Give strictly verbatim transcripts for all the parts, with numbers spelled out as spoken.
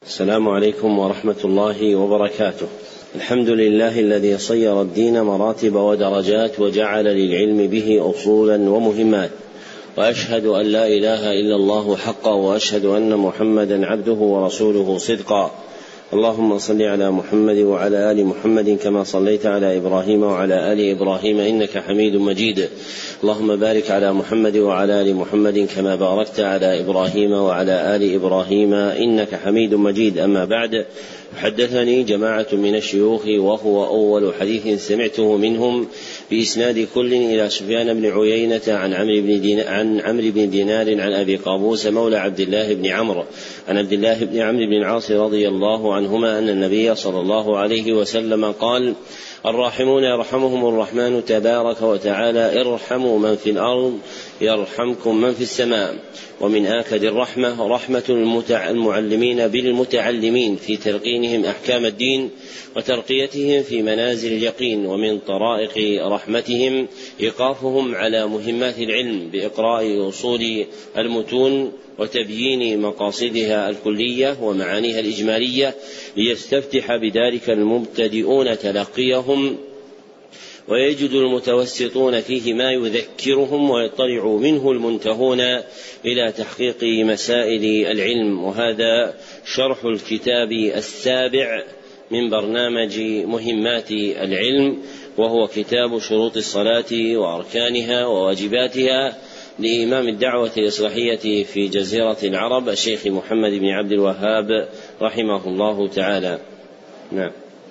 السلام عليكم ورحمة الله وبركاته. الحمد لله الذي صير الدين مراتب ودرجات وجعل للعلم به أصولا ومهمات، وأشهد أن لا إله إلا الله حقا، وأشهد أن محمدا عبده ورسوله صدقا. اللهم صل على محمد وعلى آل محمد كما صليت على إبراهيم وعلى آل إبراهيم إنك حميد مجيد. اللهم بارك على محمد وعلى آل محمد كما باركت على إبراهيم وعلى آل إبراهيم إنك حميد مجيد. أما بعد، حدثني جماعة من الشيوخ وهو أول حديث سمعته منهم بإسناد كل إلى سفيان بن عيينة عن عمرو بن دينار عن عمرو بن دينار عن أبي قابوس مولى عبد الله بن عمرو عن عبد الله بن عمرو بن العاص رضي الله عنهما أن النبي صلى الله عليه وسلم قال: الراحمون يرحمهم الرحمن تبارك وتعالى، ارحموا من في الأرض يرحمكم من في السماء. ومن آكد الرحمة رحمة المعلمين بالمتعلمين في تلقينهم أحكام الدين وترقيتهم في منازل اليقين. ومن طرائق رحمتهم إيقافهم على مهمات العلم بإقراء أصول المتون وتبيين مقاصدها الكلية ومعانيها الإجمالية، ليستفتح بذلك المبتدئون تلقيهم ويجد المتوسطون فيه ما يذكرهم، ويطلع منه المنتهون إلى تحقيق مسائل العلم. وهذا شرح الكتاب السابع من برنامج مهمات العلم، وهو كتاب شروط الصلاة وأركانها وواجباتها لإمام الدعوة الإصلاحية في جزيرة العرب الشيخ محمد بن عبد الوهاب رحمه الله تعالى. نعم.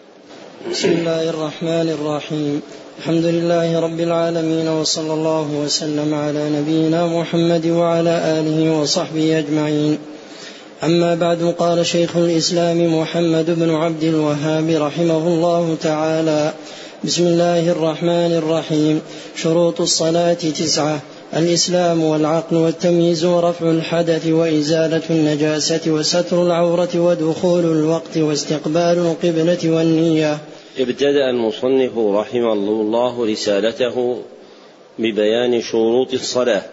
بسم الله الرحمن الرحيم. الحمد لله رب العالمين، وصلى الله وسلم على نبينا محمد وعلى آله وصحبه أجمعين. أما بعد، قال شيخ الإسلام محمد بن عبد الوهاب رحمه الله تعالى: بسم الله الرحمن الرحيم. شروط الصلاة تسعة: الإسلام والعقل والتمييز ورفع الحدث وإزالة النجاسة وستر العورة ودخول الوقت واستقبال القبلة والنية. ابتدأ المصنف رحمه الله رسالته ببيان شروط الصلاة،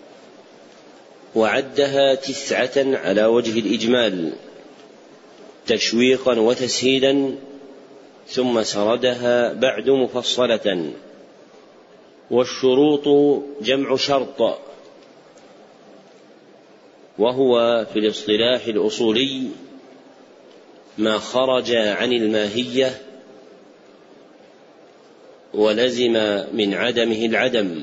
وعدها تسعة على وجه الإجمال تشويقا وتسهيلا، ثم سردها بعد مفصلة. والشروط جمع شرط، وهو في الاصطلاح الأصولي ما خرج عن الماهية ولزم من عدمه العدم،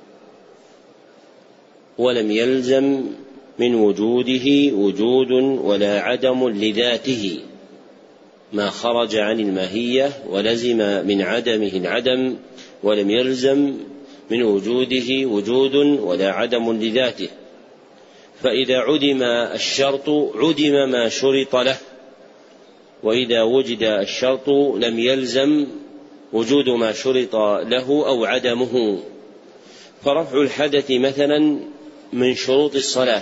ولم يلزم من وجوده وجود ولا عدم لذاته. ما خرج عن الماهية ولزم من عدمه العدم ولم يلزم من وجوده وجود ولا عدم لذاته. فإذا عدم الشرط عدم ما شرط له، وإذا وجد الشرط لم يلزم وجود ما شرط له أو عدمه. فرفع الحدث مثلا من شروط الصلاة،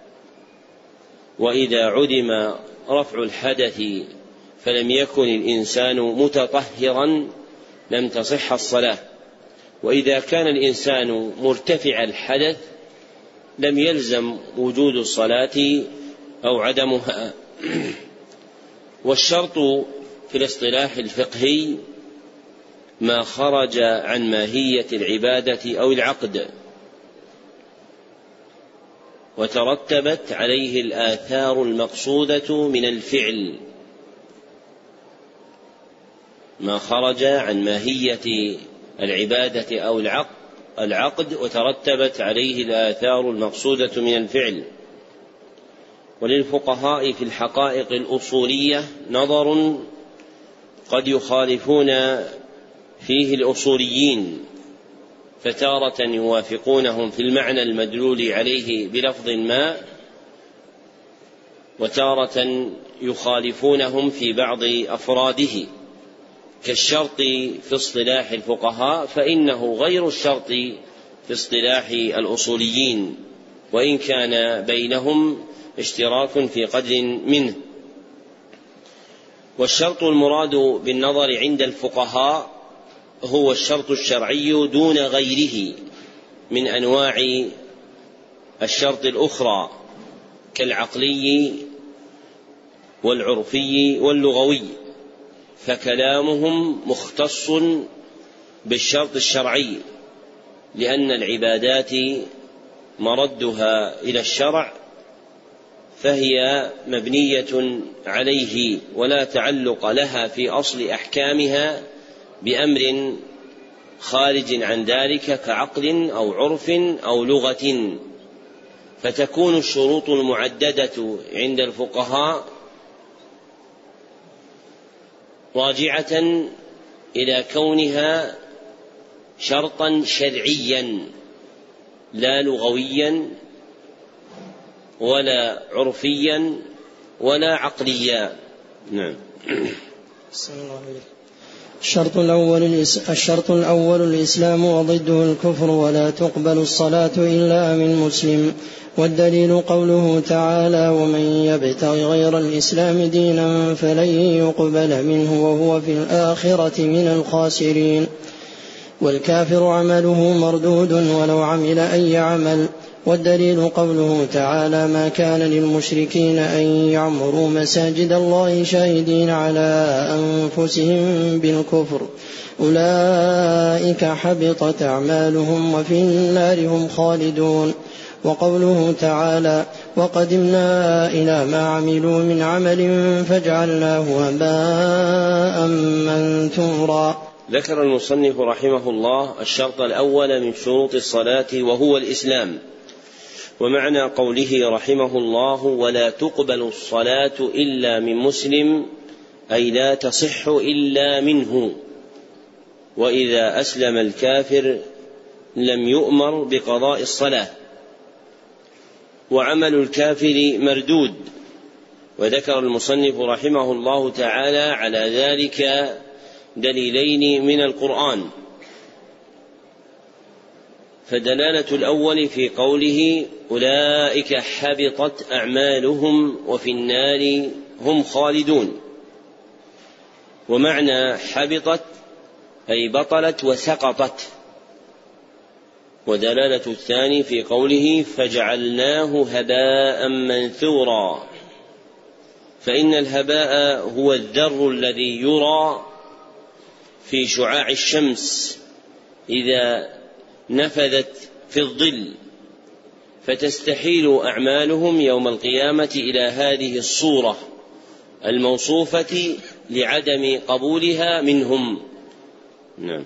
وإذا عدم رفع الحدث فلم يكن الإنسان متطهرا لم تصح الصلاة. وإذا كان الإنسان مرتفع الحدث لم يلزم وجود الصلاة أو عدمها. والشرط في الاصطلاح الفقهي ما خرج عن ماهية العبادة أو العقد وترتبت عليه الآثار المقصودة من الفعل. ما خرج عن ماهية العبادة أو العقد وترتبت عليه الآثار المقصودة من الفعل. وللفقهاء في الحقائق الأصولية نظر قد يخالفون فيه الأصوليين، فتارة يوافقونهم في المعنى المدلول عليه بلفظ ما، وتارة يخالفونهم في بعض أفراده. كالشرط في اصطلاح الفقهاء فإنه غير الشرط في اصطلاح الأصوليين، وإن كان بينهم اشتراك في قدر منه. والشرط المراد بالنظر عند الفقهاء هو الشرط الشرعي دون غيره من أنواع الشرط الأخرى كالعقلي والعرفي واللغوي، فكلامهم مختص بالشرط الشرعي، لأن العبادات مردها إلى الشرع فهي مبنية عليه ولا تعلق لها في أصل أحكامها بأمر خارج عن ذلك كعقل أو عرف أو لغة، فتكون الشروط المعددة عند الفقهاء راجعة إلى كونها شرطا شرعيا لا لغويا ولا عرفيا ولا عقليا. نعم. الشرط الأول الشرط الأول الإسلام وضده الكفر، ولا تقبل الصلاة إلا من مسلم. والدليل قوله تعالى: ومن يبتغ غير الإسلام دينا فلن يقبل منه وهو في الآخرة من الخاسرين. والكافر عمله مردود ولو عمل أي عمل. والدليل قوله تعالى: ما كان للمشركين أن يعمروا مساجد الله شاهدين على أنفسهم بالكفر أولئك حبطت أعمالهم وفي النار هم خالدون. وقوله تعالى: وقدمنا إلى ما عملوا من عمل فجعلناه هباء منثورا. ذكر المصنف رحمه الله الشرط الأول من شروط الصلاة وهو الإسلام. ومعنى قوله رحمه الله: ولا تقبل الصلاة إلا من مسلم، أي لا تصح إلا منه، وإذا أسلم الكافر لم يؤمر بقضاء الصلاة، وعمل الكافر مردود. وذكر المصنف رحمه الله تعالى على ذلك دليلين من القرآن. فدلالة الأول في قوله: أولئك حبطت أعمالهم وفي النار هم خالدون. ومعنى حبطت أي بطلت وسقطت. ودلالة الثاني في قوله: فجعلناه هباء منثورا، فإن الهباء هو الذر الذي يرى في شعاع الشمس إذا نفذت في الظل، فتستحيل أعمالهم يوم القيامة إلى هذه الصورة الموصوفة لعدم قبولها منهم. نعم.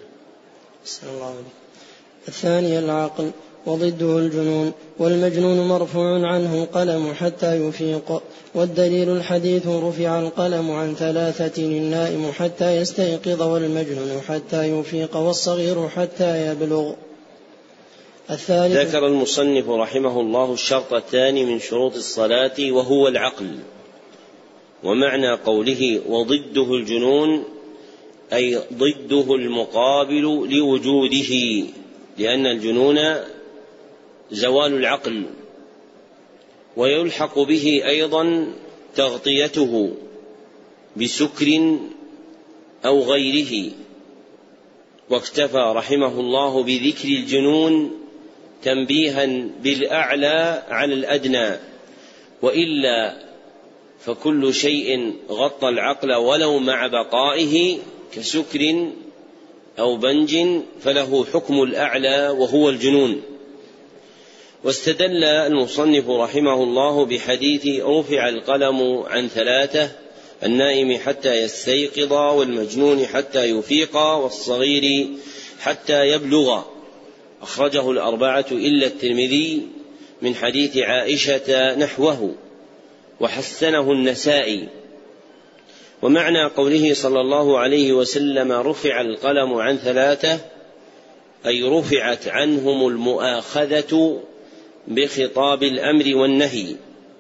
الثاني العقل وضده الجنون، والمجنون مرفوع عنه القلم حتى يفيق. والدليل الحديث: رفع القلم عن ثلاثة: النائم حتى يستيقظ، والمجنون حتى يفيق، والصغير حتى يبلغ. الثالث. ذكر المصنف رحمه الله الشرط الثاني من شروط الصلاة وهو العقل. ومعنى قوله: وضده الجنون، أي ضده المقابل لوجوده، لأن الجنون زوال العقل، ويلحق به أيضا تغطيته بسكر أو غيره. واكتفى رحمه الله بذكر الجنون تنبيها بالأعلى على الأدنى، وإلا فكل شيء غطى العقل ولو مع بقائه كسكر أو بنج فله حكم الأعلى وهو الجنون. واستدل المصنف رحمه الله بحديث: رفع القلم عن ثلاثة: النائم حتى يستيقظ، والمجنون حتى يفيق، والصغير حتى يبلغ. أخرجه الأربعة إلا الترمذي من حديث عائشة نحوه، وحسنه النسائي. ومعنى قوله صلى الله عليه وسلم: رفع القلم عن ثلاثة، أي رفعت عنهم المؤاخذة بخطاب الأمر والنهي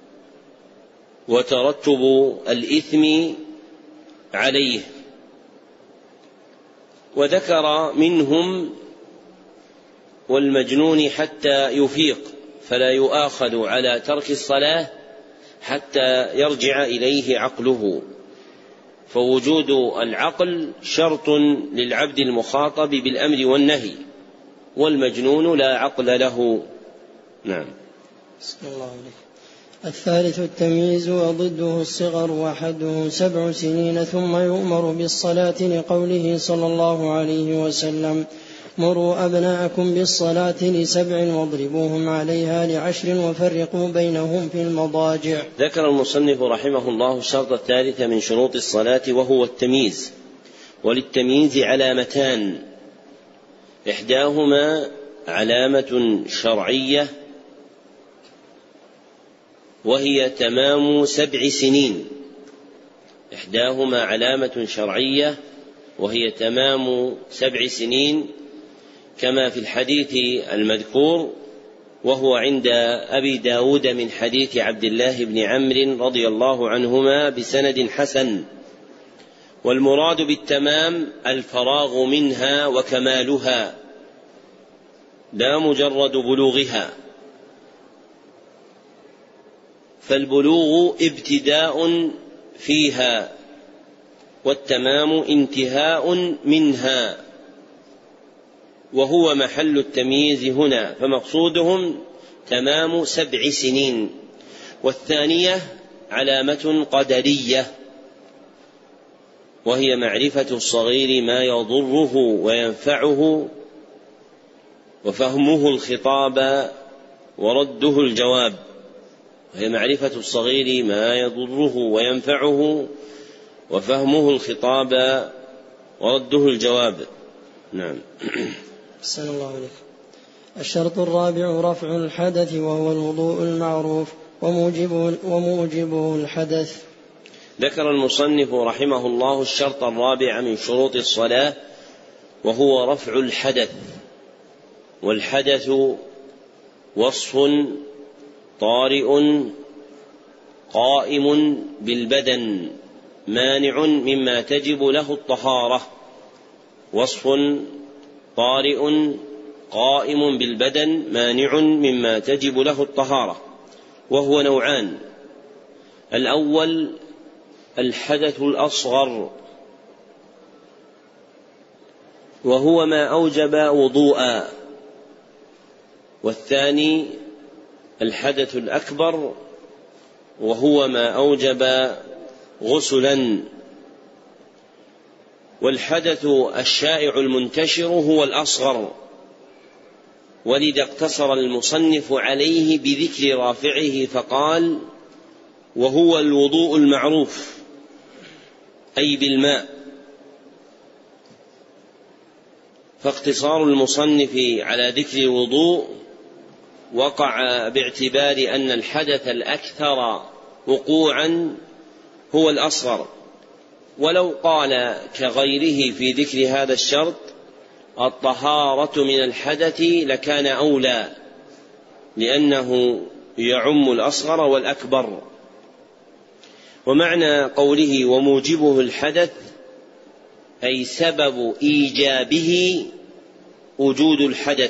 وترتب الإثم عليه. وذكر منهم: والمجنون حتى يفيق، فلا يؤاخذ على ترك الصلاة حتى يرجع إليه عقله. فوجود العقل شرط للعبد المخاطب بالأمر والنهي، والمجنون لا عقل له. نعم. بسم الله عليك. الثالث التمييز وضده الصغر وحده سبع سنين ثم يؤمر بالصلاة لقوله صلى الله عليه وسلم مروا أبناءكم بالصلاة لسبع واضربوهم عليها لعشر وفرقوا بينهم في المضاجع. ذكر المصنف رحمه الله الشرط الثالث من شروط الصلاة وهو التمييز، وللتمييز علامتان، إحداهما علامة شرعية وهي تمام سبع سنين إحداهما علامة شرعية وهي تمام سبع سنين كما في الحديث المذكور، وهو عند أبي داود من حديث عبد الله بن عمرو رضي الله عنهما بسند حسن. والمراد بالتمام الفراغ منها وكمالها لا مجرد بلوغها، فالبلوغ ابتداء فيها والتمام انتهاء منها، وهو محل التمييز هنا، فمقصودهم تمام سبع سنين. والثانية علامة قدرية وهي معرفة الصغير ما يضره وينفعه وفهمه الخطاب ورده الجواب، وهي معرفة الصغير ما يضره وينفعه وفهمه الخطاب ورده الجواب. نعم. أحسن الله عليك. الشرط الرابع رفع الحدث وهو الوضوء المعروف وموجبه, وموجبه الحدث. ذكر المصنف رحمه الله الشرط الرابع من شروط الصلاة وهو رفع الحدث، والحدث وصف طارئ قائم بالبدن مانع مما تجب له الطهارة، وصف طارئ قائم بالبدن مانع مما تجب له الطهارة، وهو نوعان: الأول الحدث الأصغر وهو ما أوجب وضوءا، والثاني الحدث الأكبر وهو ما أوجب غسلا. والحدث الشائع المنتشر هو الأصغر، ولذا اقتصر المصنف عليه بذكر رافعه فقال وهو الوضوء المعروف أي بالماء. فاقتصار المصنف على ذكر الوضوء وقع باعتبار أن الحدث الأكثر وقوعا هو الأصغر، ولو قال كغيره في ذكر هذا الشرط الطهارة من الحدث لكان أولى، لأنه يعم الأصغر والأكبر. ومعنى قوله وموجبه الحدث أي سبب إيجابه وجود الحدث.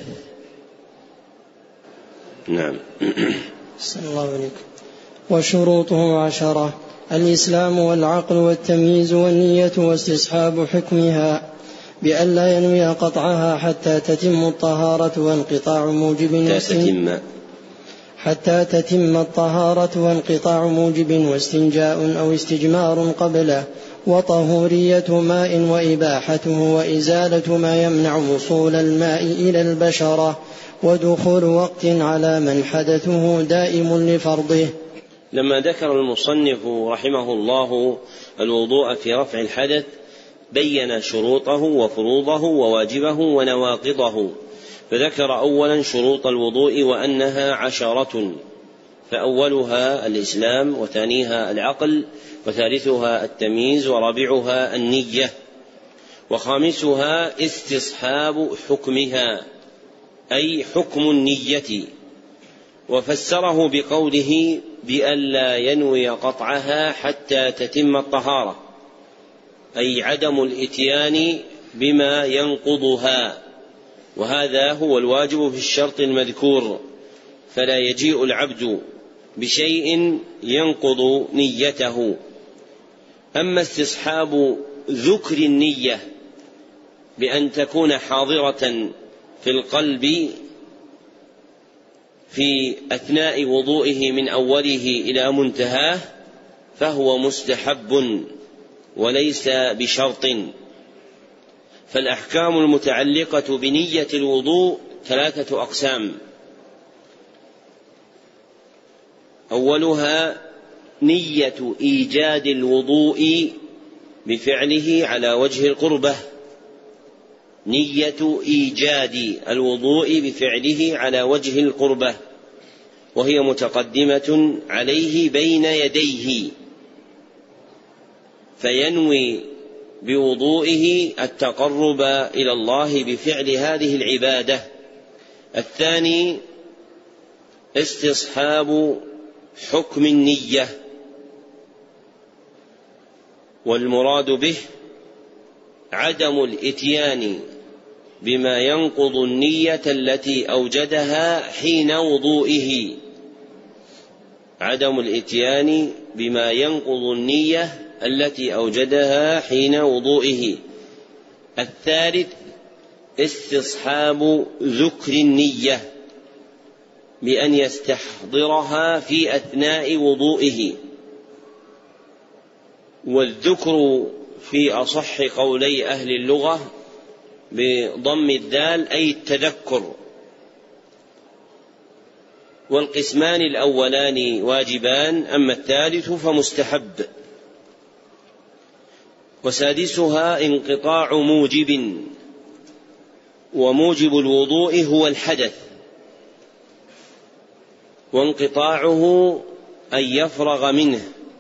نعم. صلى الله عليك. وشروطه عشرة: الإسلام والعقل والتمييز والنية واستصحاب حكمها بأن لا ينوي قطعها حتى تتم الطهارة وانقطاع موجب تتم حتى تتم الطهارة وانقطاع موجب واستنجاء أو استجمار قبله، وطهورية ماء وإباحته وإزالة ما يمنع وصول الماء إلى البشرة، ودخول وقت على من حدثه دائم لفرضه. لما ذكر المصنف رحمه الله الوضوء في رفع الحدث بين شروطه وفروضه وواجبه ونواقضه، فذكر أولا شروط الوضوء وأنها عشرة، فأولها الإسلام، وثانيها العقل، وثالثها التمييز، ورابعها النية، وخامسها استصحاب حكمها أي حكم النية. وفسره بقوله بألا ينوي قطعها حتى تتم الطهارة، أي عدم الإتيان بما ينقضها، وهذا هو الواجب في الشرط المذكور، فلا يجيء العبد بشيء ينقض نيته. أما استصحاب ذكر النية بأن تكون حاضرة في القلب في أثناء وضوئه من أوله إلى منتهاه فهو مستحب وليس بشرط. فالأحكام المتعلقة بنية الوضوء ثلاثة أقسام: أولها نية إيجاد الوضوء بفعله على وجه القربة، نية إيجاد الوضوء بفعله على وجه القربة، وهي متقدمة عليه بين يديه، فينوي بوضوئه التقرب إلى الله بفعل هذه العبادة. الثاني استصحاب حكم النية، والمراد به عدم الإتيان بما ينقض النية التي أوجدها حين وضوئه، عدم الإتيان بما ينقض النية التي أوجدها حين وضوئه. الثالث استصحاب ذكر النية بأن يستحضرها في أثناء وضوئه، والذكر في أصح قولي أهل اللغة بضم الدال أي التذكر. والقسمان الأولان واجبان، أما الثالث فمستحب. وسادسها انقطاع موجب، وموجب الوضوء هو الحدث، وانقطاعه أن يفرغ منه،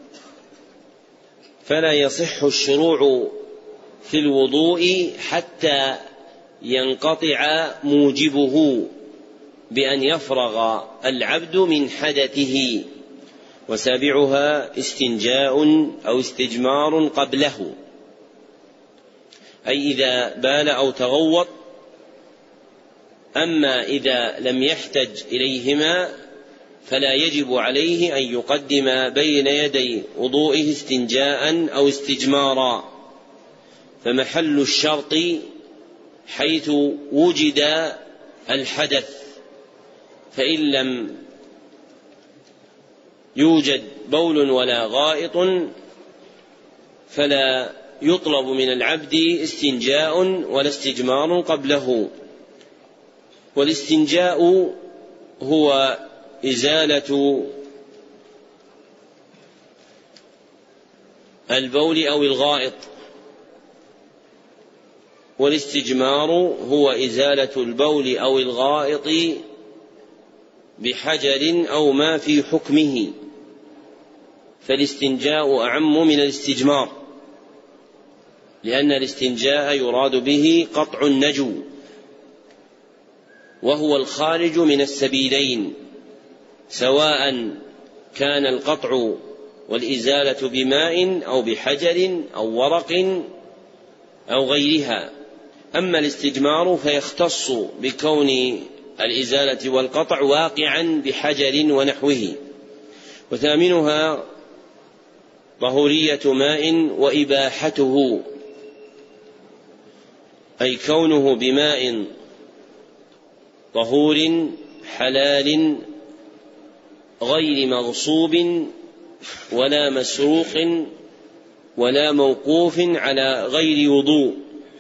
فلا يصح الشروع في الوضوء حتى ينقطع موجبه بأن يفرغ العبد من حدثه. وسابعها استنجاء أو استجمار قبله، أي إذا بال أو تغوط. أما إذا لم يحتج إليهما فلا يجب عليه أن يقدم بين يدي وضوئه استنجاء أو استجمارا، فمحل الشرط حيث وجد الحدث، فإن لم يوجد بول ولا غائط فلا يطلب من العبد استنجاء ولا استجمار قبله. والاستنجاء هو إزالة البول أو الغائط، والاستجمار هو إزالة البول أو الغائط بحجر أو ما في حكمه، فالاستنجاء أعم من الاستجمار، لأن الاستنجاء يراد به قطع النجو، وهو الخارج من السبيلين، سواء كان القطع والإزالة بماء أو بحجر أو ورق أو غيرها. أما الاستجمار فيختص بكون الإزالة والقطع واقعا بحجر ونحوه. وثامنها طهورية ماء وإباحته، أي كونه بماء طهور حلال غير مغصوب ولا مسروق ولا موقوف على غير وضوء.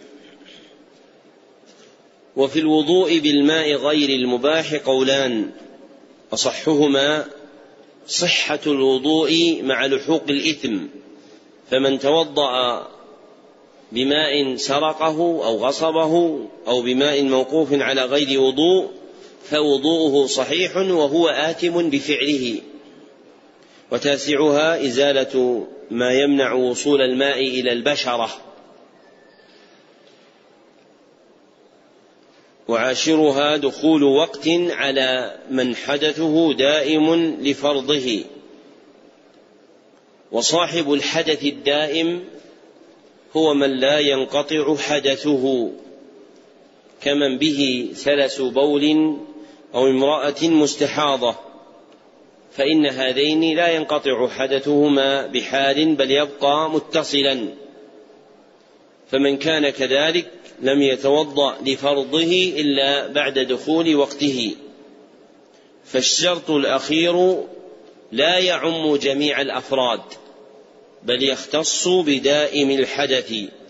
وفي الوضوء بالماء غير المباح قولان، أصحهما صحة الوضوء مع لحوق الإثم، فمن توضأ بماء سرقه أو غصبه أو بماء موقوف على غير وضوء فوضوءه صحيح وهو آثم بفعله. وتاسعها إزالة ما يمنع وصول الماء إلى البشرة. وعاشرها دخول وقت على من حدثه دائم لفرضه. وصاحب الحدث الدائم هو من لا ينقطع حدثه، كمن به سلس بول أو امرأة مستحاضة، فإن هذين لا ينقطع حدثهما بحال بل يبقى متصلا. فمن كان كذلك لم يتوضأ لفرضه إلا بعد دخول وقته. فالشرط الأخير لا يعم جميع الأفراد بل يختص بدائم الحدث.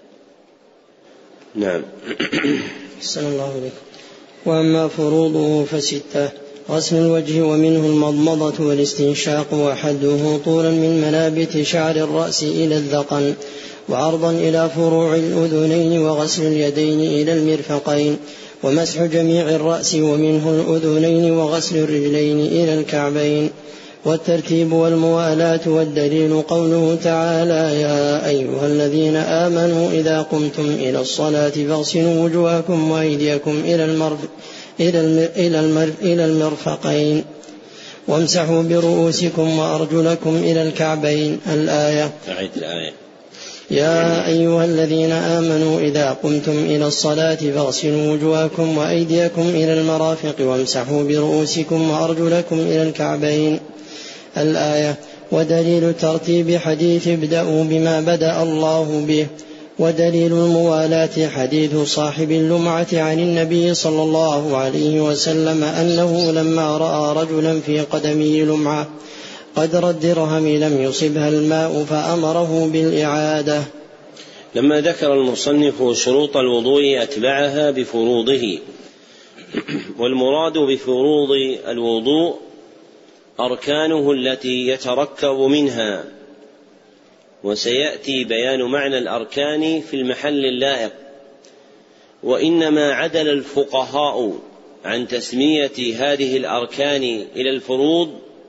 نعم. أحسن الله عليكم. وأما فروضه فستة: غسل الوجه ومنه المضمضة والاستنشاق، وحده طولا من منابت شعر الرأس إلى الذقن، وعرضا إلى فروع الأذنين، وغسل اليدين إلى المرفقين، ومسح جميع الرأس ومنه الأذنين، وغسل الرجلين إلى الكعبين. والترتيب والموالاة والدليل قوله تعالى: يا أيها الذين آمنوا إذا قمتم إلى الصلاة فاغسلوا وجوهكم وأيديكم إلى المرف إلى المر إلى المر إلى المرفقين، وامسحوا برؤوسكم وأرجلكم إلى الكعبين. الآية. الآية. يا أيها الذين آمنوا إذا قمتم إلى الصلاة فاغسلوا وجوهكم وأيديكم إلى المرافق وامسحوا برؤوسكم وأرجلكم إلى الكعبين. الآية. ودليل الترتيب حديث ابدأوا بما بدأ الله به. ودليل الموالاة حديث صاحب اللمعة عن النبي صلى الله عليه وسلم أنه لما رأى رجلا في قدمه لمعة قدر الدرهم لم يصبها الماء فأمره بالإعادة. لما ذكر المصنف شروط الوضوء أتبعها بفروضه. والمراد بفروض الوضوء أركانه التي يتركب منها، وسيأتي بيان معنى الأركان في المحل اللائق. وإنما عدل الفقهاء عن تسمية هذه الأركان إلى الفروض،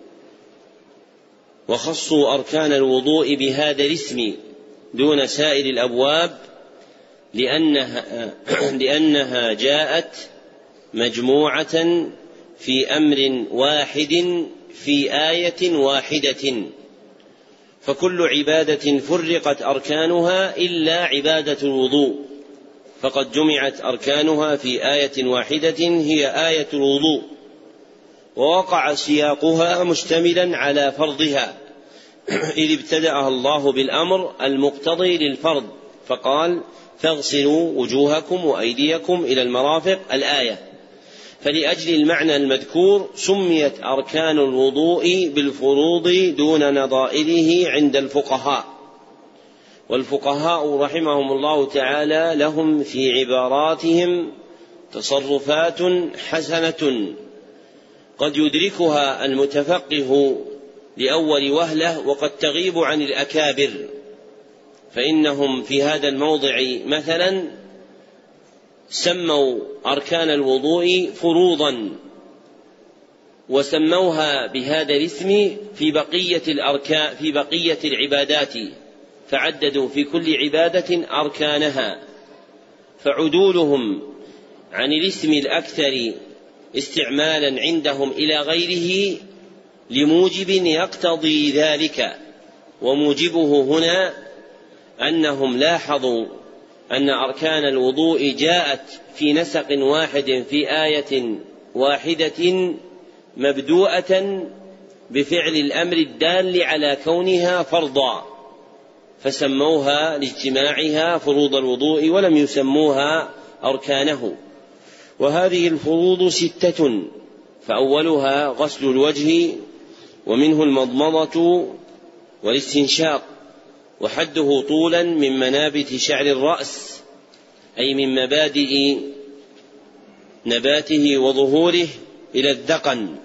وخصوا أركان الوضوء بهذا الاسم دون سائر الأبواب لأنها, لأنها جاءت مجموعة في أمر واحد في آية واحدة، فكل عبادة فرقت أركانها إلا عبادة الوضوء، فقد جمعت أركانها في آية واحدة هي آية الوضوء، ووقع سياقها مشتملا على فرضها، إذ ابتدأها الله بالأمر المقتضي للفرض فقال: فاغسلوا وجوهكم وأيديكم إلى المرافق. الآية. فلأجل المعنى المذكور سميت أركان الوضوء بالفروض دون نظائره عند الفقهاء. والفقهاء رحمهم الله تعالى لهم في عباراتهم تصرفات حسنة قد يدركها المتفقه لأول وهلة وقد تغيب عن الأكابر، فإنهم في هذا الموضع مثلا سموا أركان الوضوء فروضا، وسموها بهذا الاسم في بقية الأركان في بقية العبادات، فعددوا في كل عبادة أركانها، فعدولهم عن الاسم الأكثر استعمالا عندهم إلى غيره لموجب يقتضي ذلك. وموجبه هنا أنهم لاحظوا أن أركان الوضوء جاءت في نسق واحد في آية واحدة مبدوءة بفعل الأمر الدال على كونها فرضا، فسموها لاجتماعها فروض الوضوء ولم يسموها أركانه. وهذه الفروض ستة: فأولها غسل الوجه ومنه المضمضة والاستنشاق، وحده طولا من منابت شعر الرأس، أي من مبادئ نباته وظهوره إلى الذقن،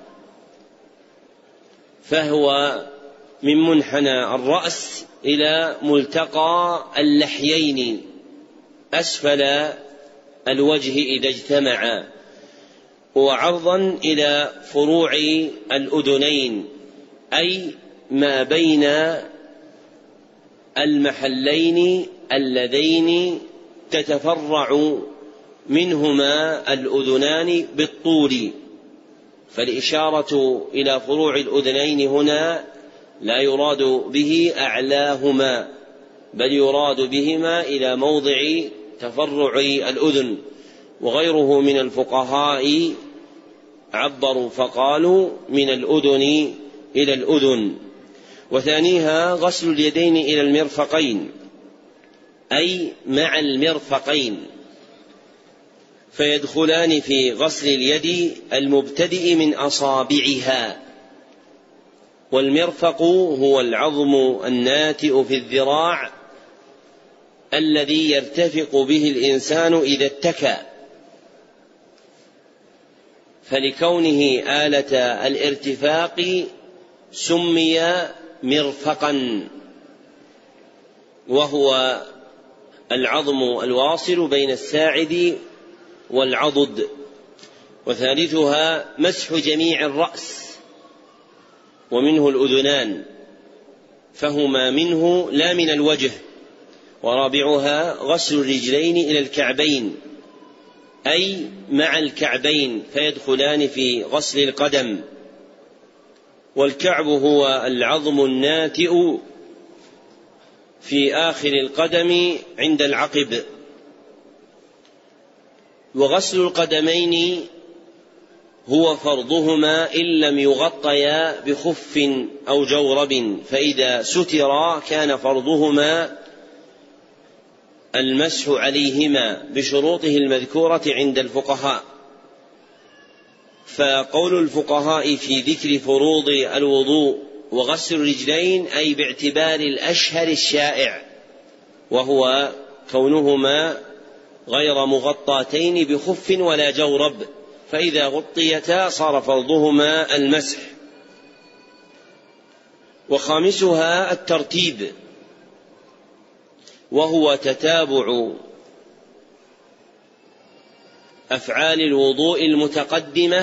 فهو من منحنى الرأس إلى ملتقى اللحيين أسفل الوجه إذا اجتمعا، وعرضا إلى فروع الأذنين، أي ما بين المحلين اللذين تتفرع منهما الأذنان بالطول. فالإشارة إلى فروع الأذنين هنا لا يراد به أعلاهما، بل يراد بهما إلى موضع تفرع الأذن. وغيره من الفقهاء عبروا فقالوا من الأذن إلى الأذن. وثانيها غسل اليدين إلى المرفقين، أي مع المرفقين، فيدخلان في غسل اليد المبتدئ من أصابعها. والمرفق هو العظم الناتئ في الذراع الذي يرتفق به الإنسان إذا اتكى، فلكونه آلة الارتفاق سمي مرفقا، وهو العظم الواصل بين الساعد والعضد. وثالثها مسح جميع الرأس ومنه الأذنان، فهما منه لا من الوجه. ورابعها غسل الرجلين إلى الكعبين أي مع الكعبين، فيدخلان في غسل القدم. والكعب هو العظم الناتئ في آخر القدم عند العقب. وغسل القدمين هو فرضهما إن لم يغطيا بخف أو جورب، فإذا سترا كان فرضهما المسح عليهما بشروطه المذكورة عند الفقهاء. فقول الفقهاء في ذكر فروض الوضوء وغسل الرجلين أي باعتبار الأشهر الشائع، وهو كونهما غير مغطاتين بخف ولا جورب، فإذا غطيتا صار فرضهما المسح. وخامسها الترتيب، وهو تتابع أفعال الوضوء المتقدمة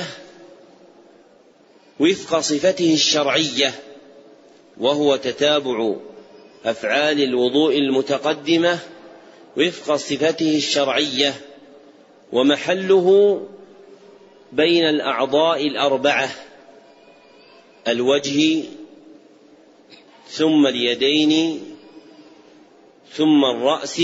وفق صفته الشرعية، وهو تتابع أفعال الوضوء المتقدمة وفق صفته الشرعية، ومحله بين الأعضاء الأربعة: الوجه ثم اليدين ثم الرأس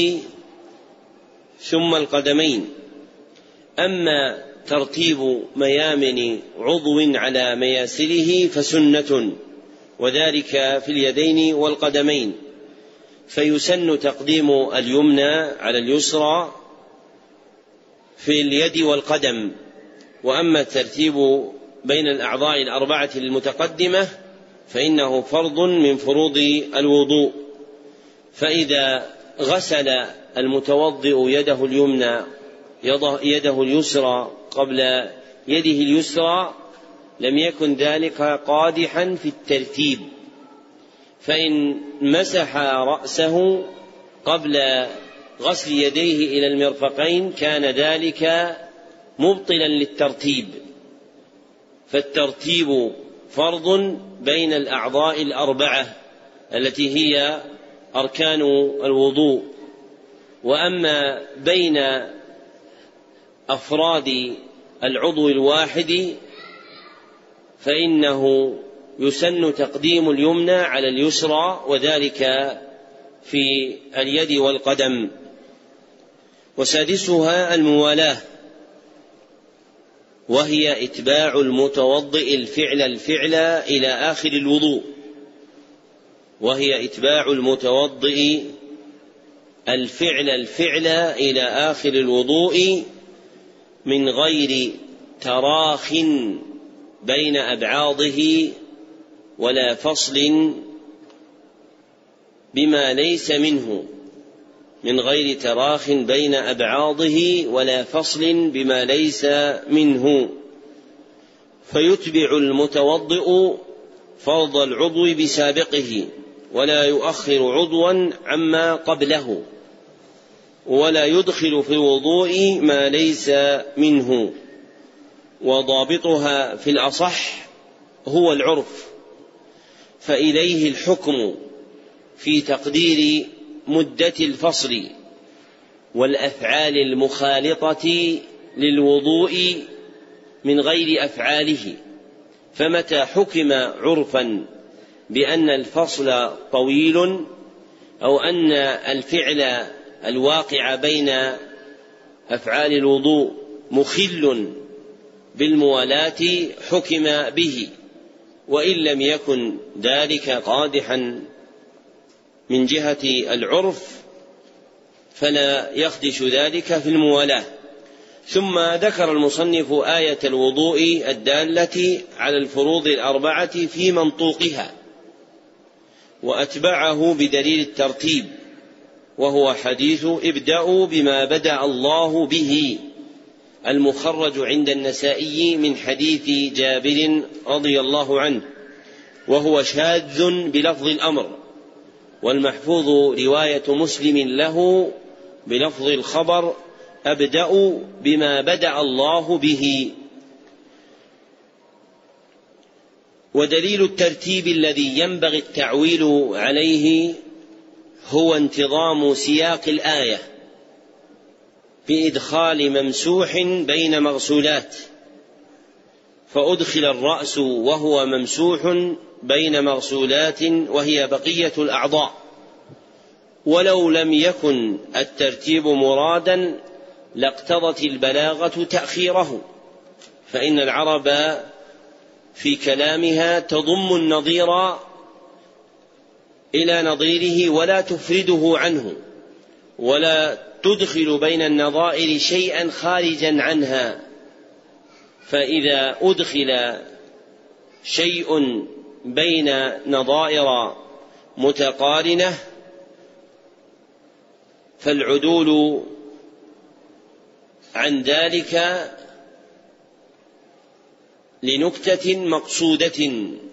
ثم القدمين. أما ترتيب ميامن عضو على مياسره فسنة، وذلك في اليدين والقدمين، فيسن تقديم اليمنى على اليسرى في اليد والقدم. وأما الترتيب بين الأعضاء الأربعة المتقدمة فإنه فرض من فروض الوضوء. فإذا غسل المتوضئ يده اليمنى يده اليسرى قبل يده اليسرى لم يكن ذلك قادحا في الترتيب، فإن مسح رأسه قبل غسل يديه إلى المرفقين كان ذلك مبطلا للترتيب. فالترتيب فرض بين الأعضاء الأربعة التي هي أركان الوضوء. وأما بين أفراد العضو الواحد فإنه يسن تقديم اليمنى على اليسرى، وذلك في اليد والقدم. وسادسها الموالاة، وهي إتباع المتوضئ الفعل الفعل إلى آخر الوضوء وهي إتباع المتوضئ الفعل الفعل إلى آخر الوضوء من غير تراخ بين أبعاضه ولا فصل بما ليس منه من غير تراخ بين أبعاضه ولا فصل بما ليس منه، فيتبع المتوضئ فرض العضو بسابقه ولا يؤخر عضوا عما قبله، ولا يدخل في الوضوء ما ليس منه. وضابطها في الأصح هو العرف، فإليه الحكم في تقدير مدة الفصل والأفعال المخالطة للوضوء من غير أفعاله. فمتى حكم عرفا بأن الفصل طويل أو أن الفعل الواقع بين أفعال الوضوء مخل بالموالاة حكم به، وإن لم يكن ذلك قادحا من جهة العرف فلا يخدش ذلك في الموالاة. ثم ذكر المصنف آية الوضوء الدالة على الفروض الأربعة في منطوقها، وأتبعه بدليل الترتيب، وهو حديث ابدأوا بما بدأ الله به، المخرج عند النسائي من حديث جابر رضي الله عنه، وهو شاذ بلفظ الأمر، والمحفوظ رواية مسلم له بلفظ الخبر أبدأ بما بدأ الله به. ودليل الترتيب الذي ينبغي التعويل عليه هو انتظام سياق الآية بإدخال ممسوح بين مغسولات، فأدخل الرأس وهو ممسوح بين مغسولات وهي بقية الأعضاء، ولو لم يكن الترتيب مرادا لاقتضت البلاغة تأخيره، فإن العرب في كلامها تضم النظير إلى نظيره ولا تفرده عنه، ولا تدخل بين النظائر شيئا خارجا عنها، فإذا أدخل شيء بين نظائر متقارنة فالعدول عن ذلك لنكتة مقصودة،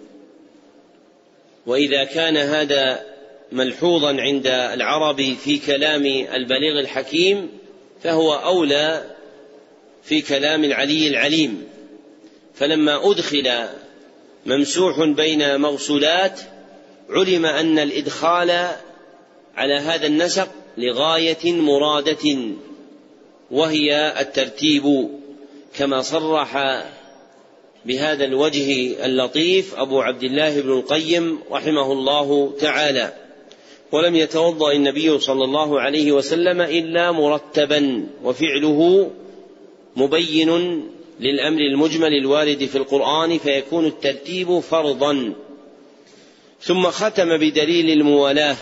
وإذا كان هذا ملحوظا عند العرب في كلام البليغ الحكيم فهو أولى في كلام العلي العليم. فلما أدخل ممسوح بين مغسولات علم أن الإدخال على هذا النسق لغاية مرادة، وهي الترتيب، كما صرح بهذا الوجه اللطيف أبو عبد الله بن القيم رحمه الله تعالى. ولم يتوضأ النبي صلى الله عليه وسلم إلا مرتبا، وفعله مبين للأمر المجمل الوارد في القرآن، فيكون الترتيب فرضا. ثم ختم بدليل الموالاة،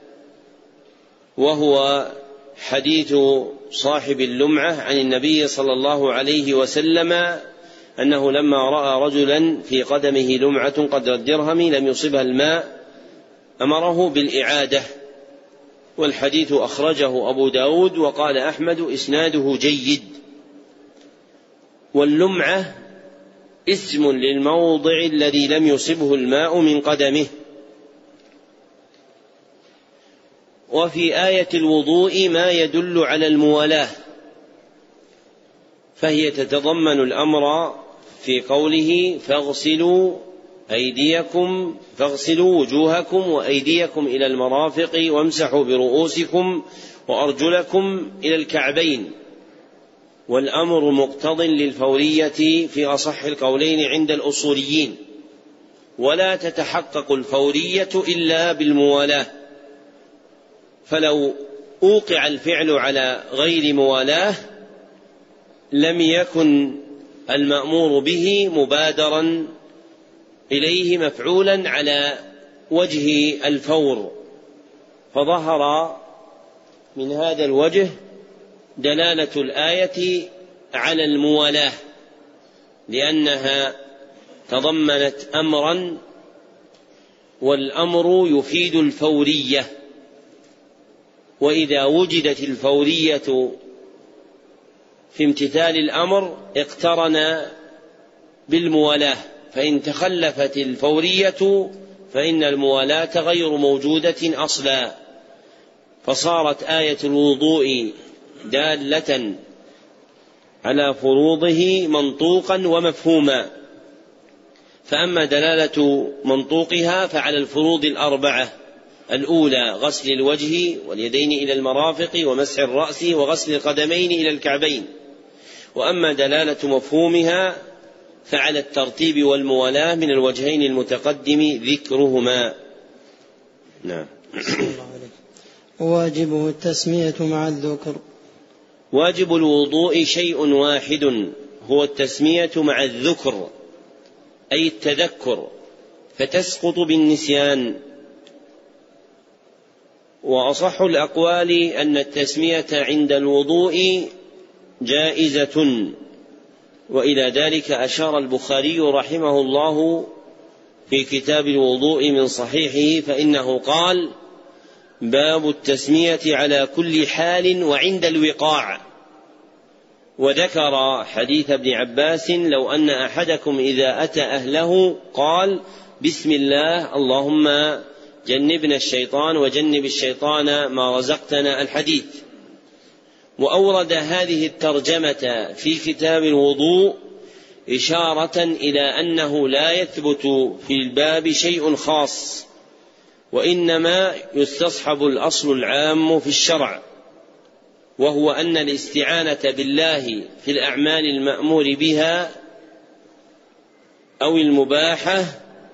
وهو حديث صاحب اللمعة عن النبي صلى الله عليه وسلم أنه لما رأى رجلا في قدمه لمعة قدر الدرهم لم يصبها الماء أمره بالإعادة، والحديث أخرجه أبو داود وقال أحمد إسناده جيد. واللمعة اسم للموضع الذي لم يصبه الماء من قدمه. وفي آية الوضوء ما يدل على الموالاة، فهي تتضمن الأمر في قوله فاغسلوا أيديكم فاغسلوا وجوهكم وأيديكم إلى المرافق وامسحوا برؤوسكم وأرجلكم إلى الكعبين، والأمر مقتض للفورية في أصح القولين عند الأصوليين، ولا تتحقق الفورية إلا بالموالاة، فلو أوقع الفعل على غير موالاه لم يكن المأمور به مبادرا إليه مفعولا على وجه الفور. فظهر من هذا الوجه دلالة الآية على الموالاة، لأنها تضمنت أمرا، والأمر يفيد الفورية، وإذا وجدت الفورية في امتثال الأمر اقترن بالموالاة، فإن تخلفت الفورية فإن الموالاة غير موجودة أصلا، فصارت آية الوضوء دالة على فروضه منطوقا ومفهوما. فأما دلالة منطوقها فعلى الفروض الأربعة: الأولى غسل الوجه واليدين إلى المرافق ومسح الرأس وغسل القدمين إلى الكعبين. وأما دلالة مفهومها فعلى الترتيب والموالاة من الوجهين المتقدم ذكرهما. نعم. واجبه التسمية مع الذكر. واجب الوضوء شيء واحد هو التسمية مع الذكر، أي التذكر، فتسقط بالنسيان. وأصح الأقوال أن التسمية عند الوضوء جائزة. وإلى ذلك أشار البخاري رحمه الله في كتاب الوضوء من صحيحه، فإنه قال: باب التسمية على كل حال وعند الوقاع. وذكر حديث ابن عباس: لو أن أحدكم إذا أتى أهله قال: بسم الله اللهم جنبنا الشيطان وجنب الشيطان ما رزقتنا، الحديث. وأورد هذه الترجمة في كتاب الوضوء إشارة إلى أنه لا يثبت في الباب شيء خاص، وإنما يستصحب الأصل العام في الشرع، وهو أن الاستعانة بالله في الأعمال المأمور بها أو المباحة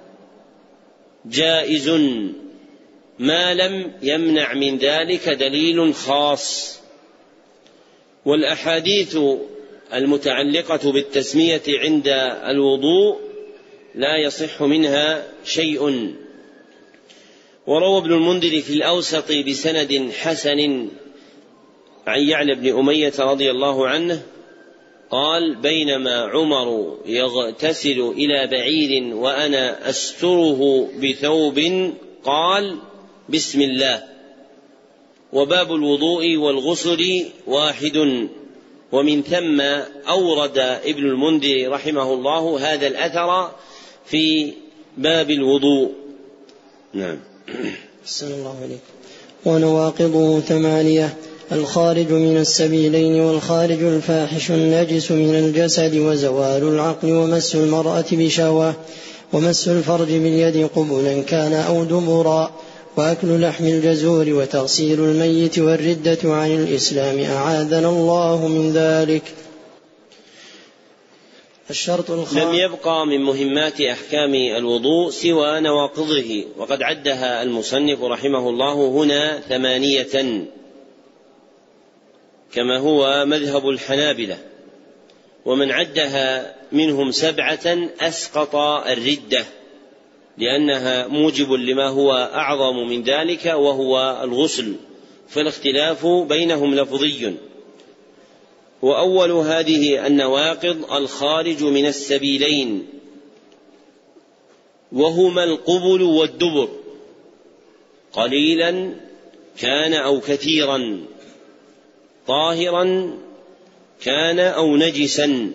جائز ما لم يمنع من ذلك دليل خاص. والأحاديث المتعلقة بالتسمية عند الوضوء لا يصح منها شيء. وروى ابن المنذر في الأوسط بسند حسن عن يعلى بن أمية رضي الله عنه قال: بينما عمر يغتسل إلى بعير وأنا أستره بثوب قال: بسم الله. وباب الوضوء والغسل واحد. ومن ثم أورد ابن المنذر رحمه الله هذا الأثر في باب الوضوء. نعم. أحسن الله عليكم. ونواقضه ثمانية: الخارج من السبيلين، والخارج الفاحش النجس من الجسد، وزوال العقل، ومس المرأة بشهوة، ومس الفرج باليد قبلا كان أو دبرا، وأكل لحم الجزور، وتغسيل الميت، والردة عن الإسلام أعاذنا الله من ذلك. الشرط الخامس: لم يبقى من مهمات أحكام الوضوء سوى نواقضه، وقد عدها المصنف رحمه الله هنا ثمانية كما هو مذهب الحنابلة، ومن عدها منهم سبعة أسقط الردة لأنها موجب لما هو أعظم من ذلك وهو الغسل، فالاختلاف بينهم لفظي. وأول هذه النواقض الخارج من السبيلين، وهما القبل والدبر، قليلا كان أو كثيرا، طاهرا كان أو نجسا.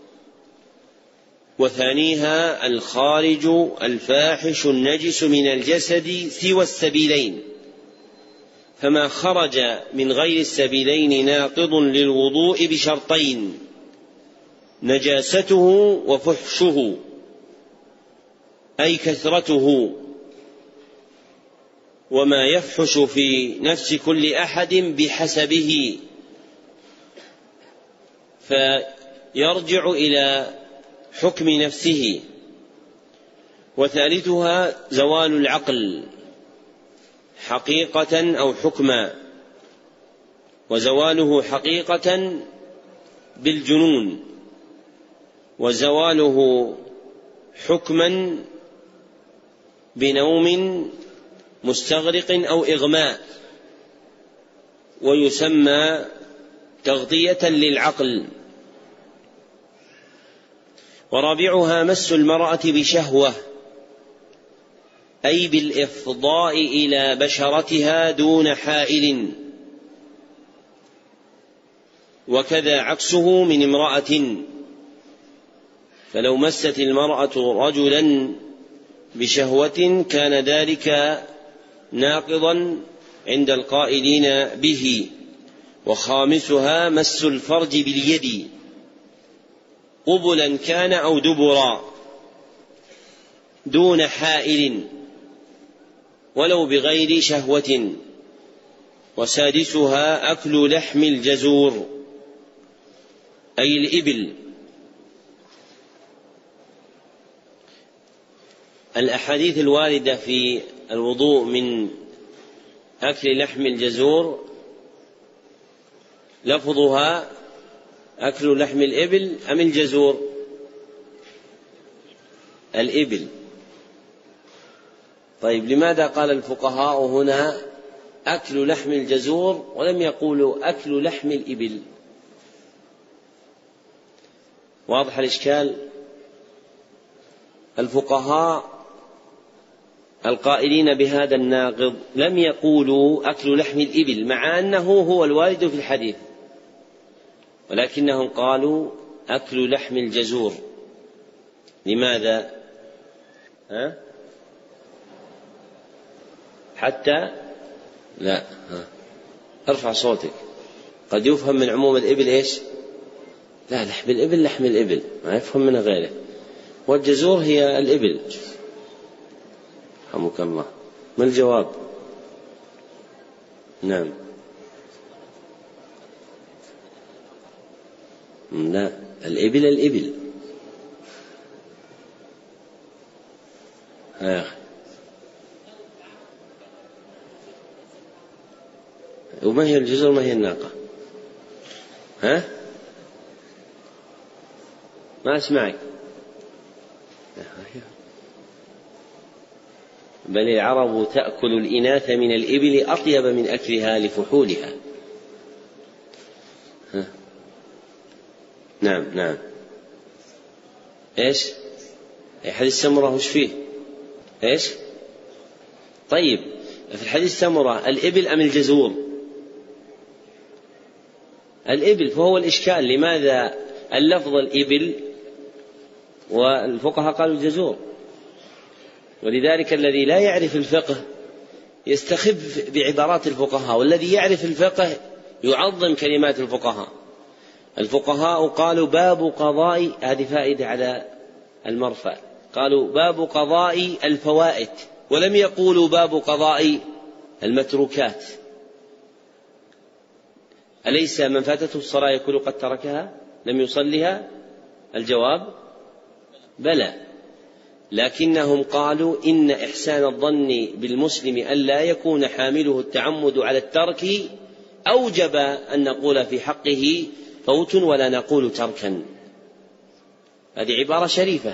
وثانيها الخارج الفاحش النجس من الجسد سوى السبيلين، فما خرج من غير السبيلين ناقض للوضوء بشرطين: نجاسته وفحشه، أي كثرته، وما يفحش في نفس كل أحد بحسبه، فيرجع إلى حكم نفسه. وثالثها زوال العقل حقيقة أو حكما، وزواله حقيقة بالجنون، وزواله حكما بنوم مستغرق أو إغماء، ويسمى تغطية للعقل. ورابعها مس المرأة بشهوة، أي بالإفضاء إلى بشرتها دون حائل، وكذا عكسه من امرأة، فلو مست المرأة رجلا بشهوة كان ذلك ناقضا عند القائلين به. وخامسها مس الفرج باليد قبلا كان أو دبرا دون حائل ولو بغير شهوة. وسادسها أكل لحم الجزور أي الإبل. الأحاديث الواردة في الوضوء من أكل لحم الجزور لفظها أكل لحم الإبل أم الجزور؟ الإبل. طيب لماذا قال الفقهاء هنا أكل لحم الجزور ولم يقولوا أكل لحم الإبل؟ واضح الإشكال؟ الفقهاء القائلين بهذا الناقض لم يقولوا أكل لحم الإبل مع أنه هو الوارد في الحديث، ولكنهم قالوا أكل لحم الجزور. لماذا؟ ها؟ حتى لا ها. ارفع صوتك. قد يفهم من عموم الإبل إيش؟ لا، لحم الإبل لحم الإبل، ما يفهم منها غيره، والجزور هي الإبل. رحمك الله. ما الجواب؟ نعم. لا، الإبل الإبل. ها يا أخي. وما هي الجزر وما هي الناقة؟ ها؟ ما أسمعك. بل العرب تأكل الإناث من الإبل أطيب من أكلها لفحولها. ها. نعم نعم. إيش؟ حديث سمرة وش فيه؟ إيش؟ طيب، في الحديث سمرة الإبل أم الجزور؟ الإبل، فهو الإشكال لماذا اللفظ الإبل والفقهاء قالوا الجزور. ولذلك الذي لا يعرف الفقه يستخف بعبارات الفقهاء، والذي يعرف الفقه يعظم كلمات الفقهاء. الفقهاء قالوا باب قضاء، هذه فائدة على المرفع، قالوا باب قضاء الفوائد، ولم يقولوا باب قضاء المتروكات. أليس من فاتته الصلاة يكون قد تركها لم يصلها؟ الجواب بلى، لكنهم قالوا إن إحسان الظن بالمسلم ألا يكون حامله التعمد على الترك أوجب أن نقول في حقه فوت ولا نقول تركا. هذه عبارة شريفة.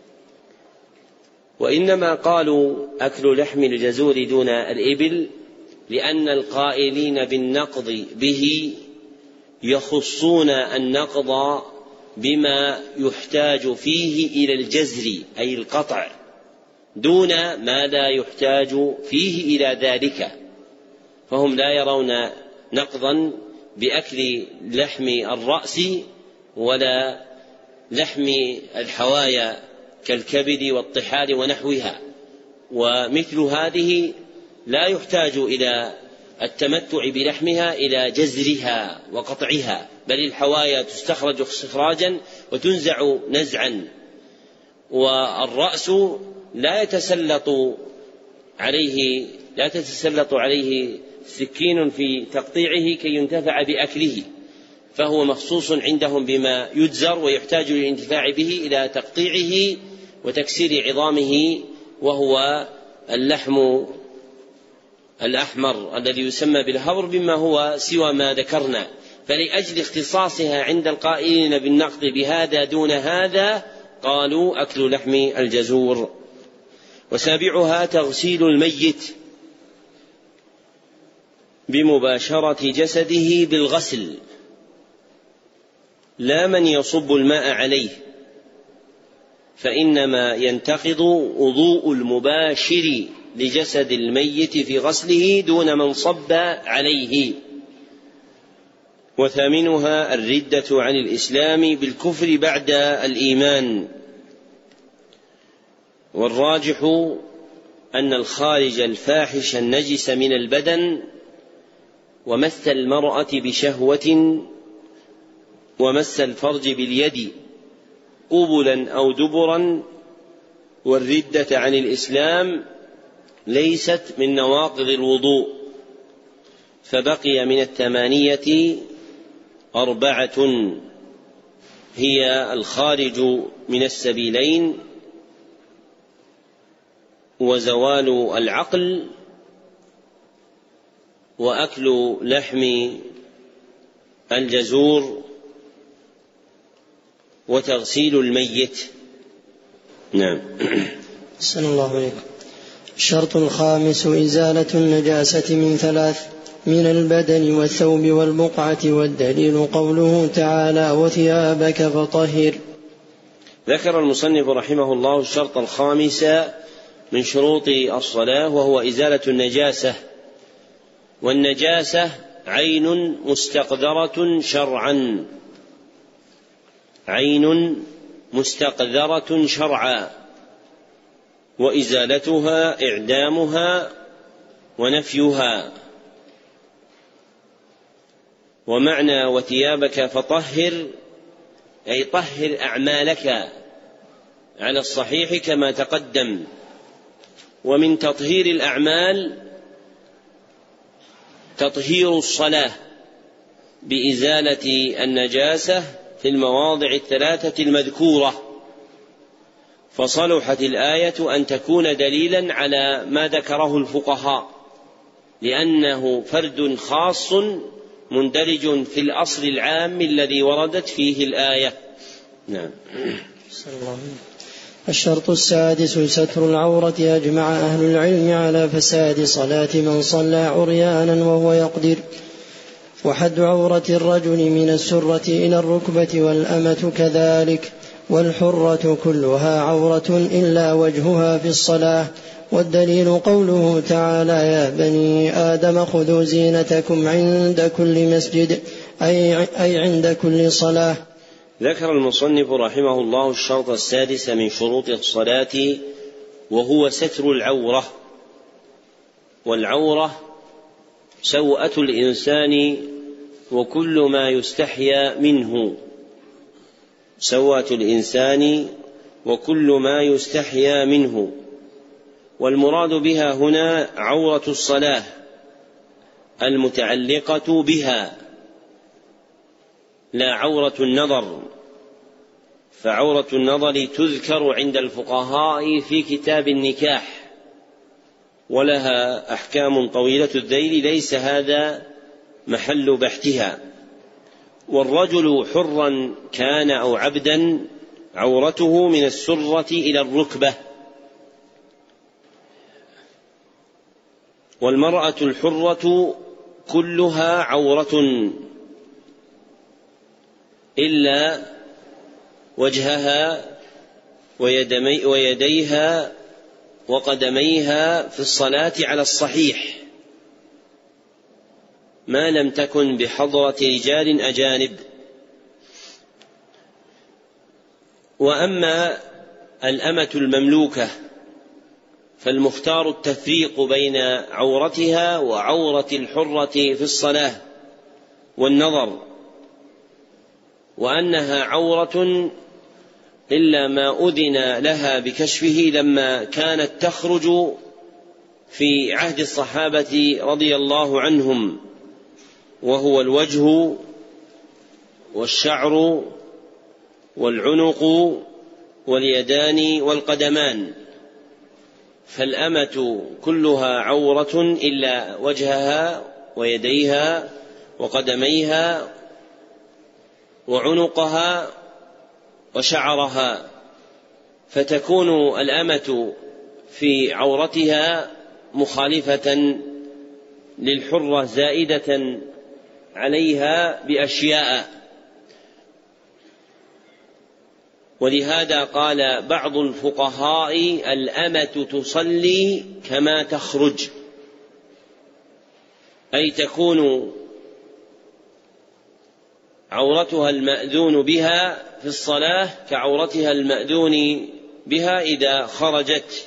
وإنما قالوا أكل لحم الجزور دون الإبل لأن القائلين بالنقض به يخصون النقض بما يحتاج فيه إلى الجزر أي القطع دون ما لا يحتاج فيه إلى ذلك، فهم لا يرون نقضا بأكل لحم الرأس ولا لحم الحوايا كالكبد والطحال ونحوها، ومثل هذه لا يحتاج إلى التمتع بلحمها إلى جزرها وقطعها، بل الحوايا تستخرج استخراجا وتنزع نزعا، والرأس لا يتسلط عليه لا تتسلط عليه سكين في تقطيعه كي ينتفع بأكله، فهو مخصوص عندهم بما يجزر ويحتاج للانتفاع به إلى تقطيعه وتكسير عظامه، وهو اللحم الأحمر الذي يسمى بالهبر بما هو سوى ما ذكرنا. فلأجل اختصاصها عند القائلين بالنقض بهذا دون هذا قالوا أكل لحم الجزور. وسابعها تغسيل الميت بمباشرة جسده بالغسل، لا من يصب الماء عليه، فإنما ينتقض وضوء المباشر لجسد الميت في غسله دون من صب عليه. وثامنها الردة عن الإسلام بالكفر بعد الإيمان. والراجح أن الخارج الفاحش النجس من البدن ومس المرأة بشهوة ومس الفرج باليد قبلا أو دبرا والردة عن الإسلام ليست من نواقض الوضوء، فبقي من الثمانية أربعة هي الخارج من السبيلين وزوال العقل وأكل لحم الجزور وتغسيل الميت. نعم. أحسن الله عليكم. الشرط الخامس إزالة النجاسة من ثلاث: من البدن والثوب والبقعة، والدليل قوله تعالى: وثيابك فطهر. ذكر المصنف رحمه الله الشرط الخامس من شروط الصلاة وهو إزالة النجاسة، والنجاسة عين مستقذرة شرعا، عين مستقذرة شرعا، وإزالتها إعدامها ونفيها. ومعنى وثيابك فطهر أي طهر أعمالك على الصحيح كما تقدم. ومن تطهير الأعمال تطهير الصلاة بإزالة النجاسة في المواضع الثلاثة المذكورة، فصلحت الآية أن تكون دليلا على ما ذكره الفقهاء، لأنه فرد خاص مندرج في الأصل العام الذي وردت فيه الآية. نعم. الشرط السادس ستر العورة. أجمع أهل العلم على فساد صلاة من صلى عريانا وهو يقدر، وحد عورة الرجل من السرة إلى الركبة، والأمة كذلك، والحرة كلها عورة إلا وجهها في الصلاة. والدليل قوله تعالى: يا بني آدم خذوا زينتكم عند كل مسجد، أي, أي عند كل صلاة. ذكر المصنف رحمه الله الشرط السادس من شروط الصلاة وهو ستر العورة. والعورة سوءة الإنسان وكل ما يستحيا منه، سوءة الإنسان وكل ما يستحيا منه. والمراد بها هنا عورة الصلاة المتعلقة بها، لا عورة النظر، فعورة النظر تذكر عند الفقهاء في كتاب النكاح ولها أحكام طويلة الذيل، ليس هذا محل بحثها. والرجل حرا كان أو عبدا عورته من السرة إلى الركبة، والمرأة الحرة كلها عورة إلا وجهها ويديها وقدميها في الصلاة على الصحيح، ما لم تكن بحضرة رجال أجانب. وأما الأمة المملوكة فالمختار التفريق بين عورتها وعورة الحرة في الصلاة والنظر، وأنها عورة إلا ما أذن لها بكشفه لما كانت تخرج في عهد الصحابة رضي الله عنهم، وهو الوجه والشعر والعنق واليدان والقدمان. فالأمة كلها عورة إلا وجهها ويديها وقدميها وعنقها وشعرها، فتكون الأمة في عورتها مخالفة للحرة زائدة عليها بأشياء. ولهذا قال بعض الفقهاء: الأمة تصلي كما تخرج، أي تكون عورتها المأذون بها في الصلاة كعورتها المأذون بها إذا خرجت،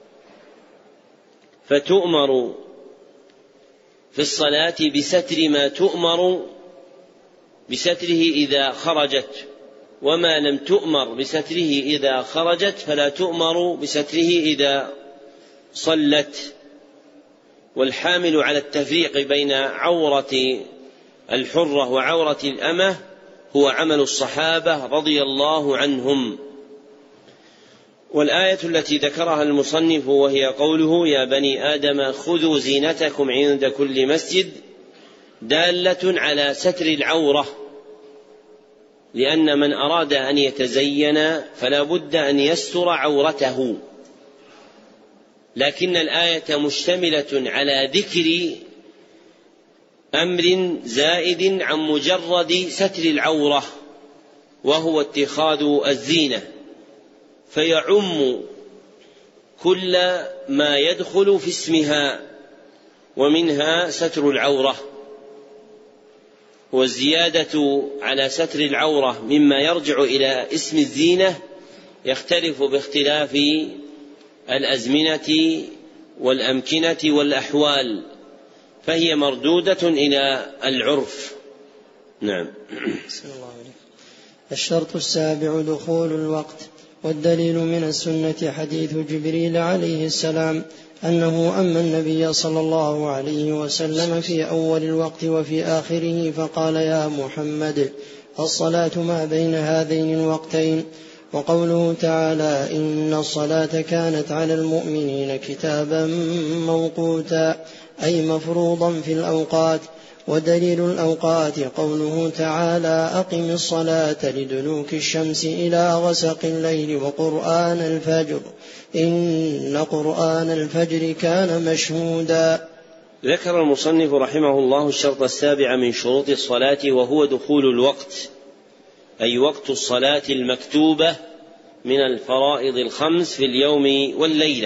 فتؤمر في الصلاة بستر ما تؤمر بستره إذا خرجت، وما لم تؤمر بستره إذا خرجت فلا تؤمر بستره إذا صلت. والحامل على التفريق بين عورة الحرة وعورة الأمة هو عمل الصحابة رضي الله عنهم. والآية التي ذكرها المصنف وهي قوله: يا بني آدم خذوا زينتكم عند كل مسجد، دالة على ستر العورة، لأن من أراد أن يتزين فلا بد أن يستر عورته، لكن الآية مشتملة على ذكر أمر زائد عن مجرد ستر العورة، وهو اتخاذ الزينة. فيعم كل ما يدخل في اسمها، ومنها ستر العورة، والزيادة على ستر العورة مما يرجع إلى اسم الزينة يختلف باختلاف الأزمنة والأمكنة والأحوال، فهي مردودة إلى العرف. نعم. الشرط السابع دخول الوقت. والدليل من السنة حديث جبريل عليه السلام أنه أما النبي صلى الله عليه وسلم في أول الوقت وفي آخره فقال: يا محمد، الصلاة ما بين هذين الوقتين. وقوله تعالى: إن الصلاة كانت على المؤمنين كتابا موقوتا، أي مفروضا في الأوقات. ودليل الأوقات قوله تعالى: أقم الصلاة لدلوك الشمس إلى غسق الليل وقرآن الفجر إن قرآن الفجر كان مشهودا. ذكر المصنف رحمه الله الشرط السابع من شروط الصلاة، وهو دخول الوقت، أي وقت الصلاة المكتوبة من الفرائض الخمس في اليوم والليلة.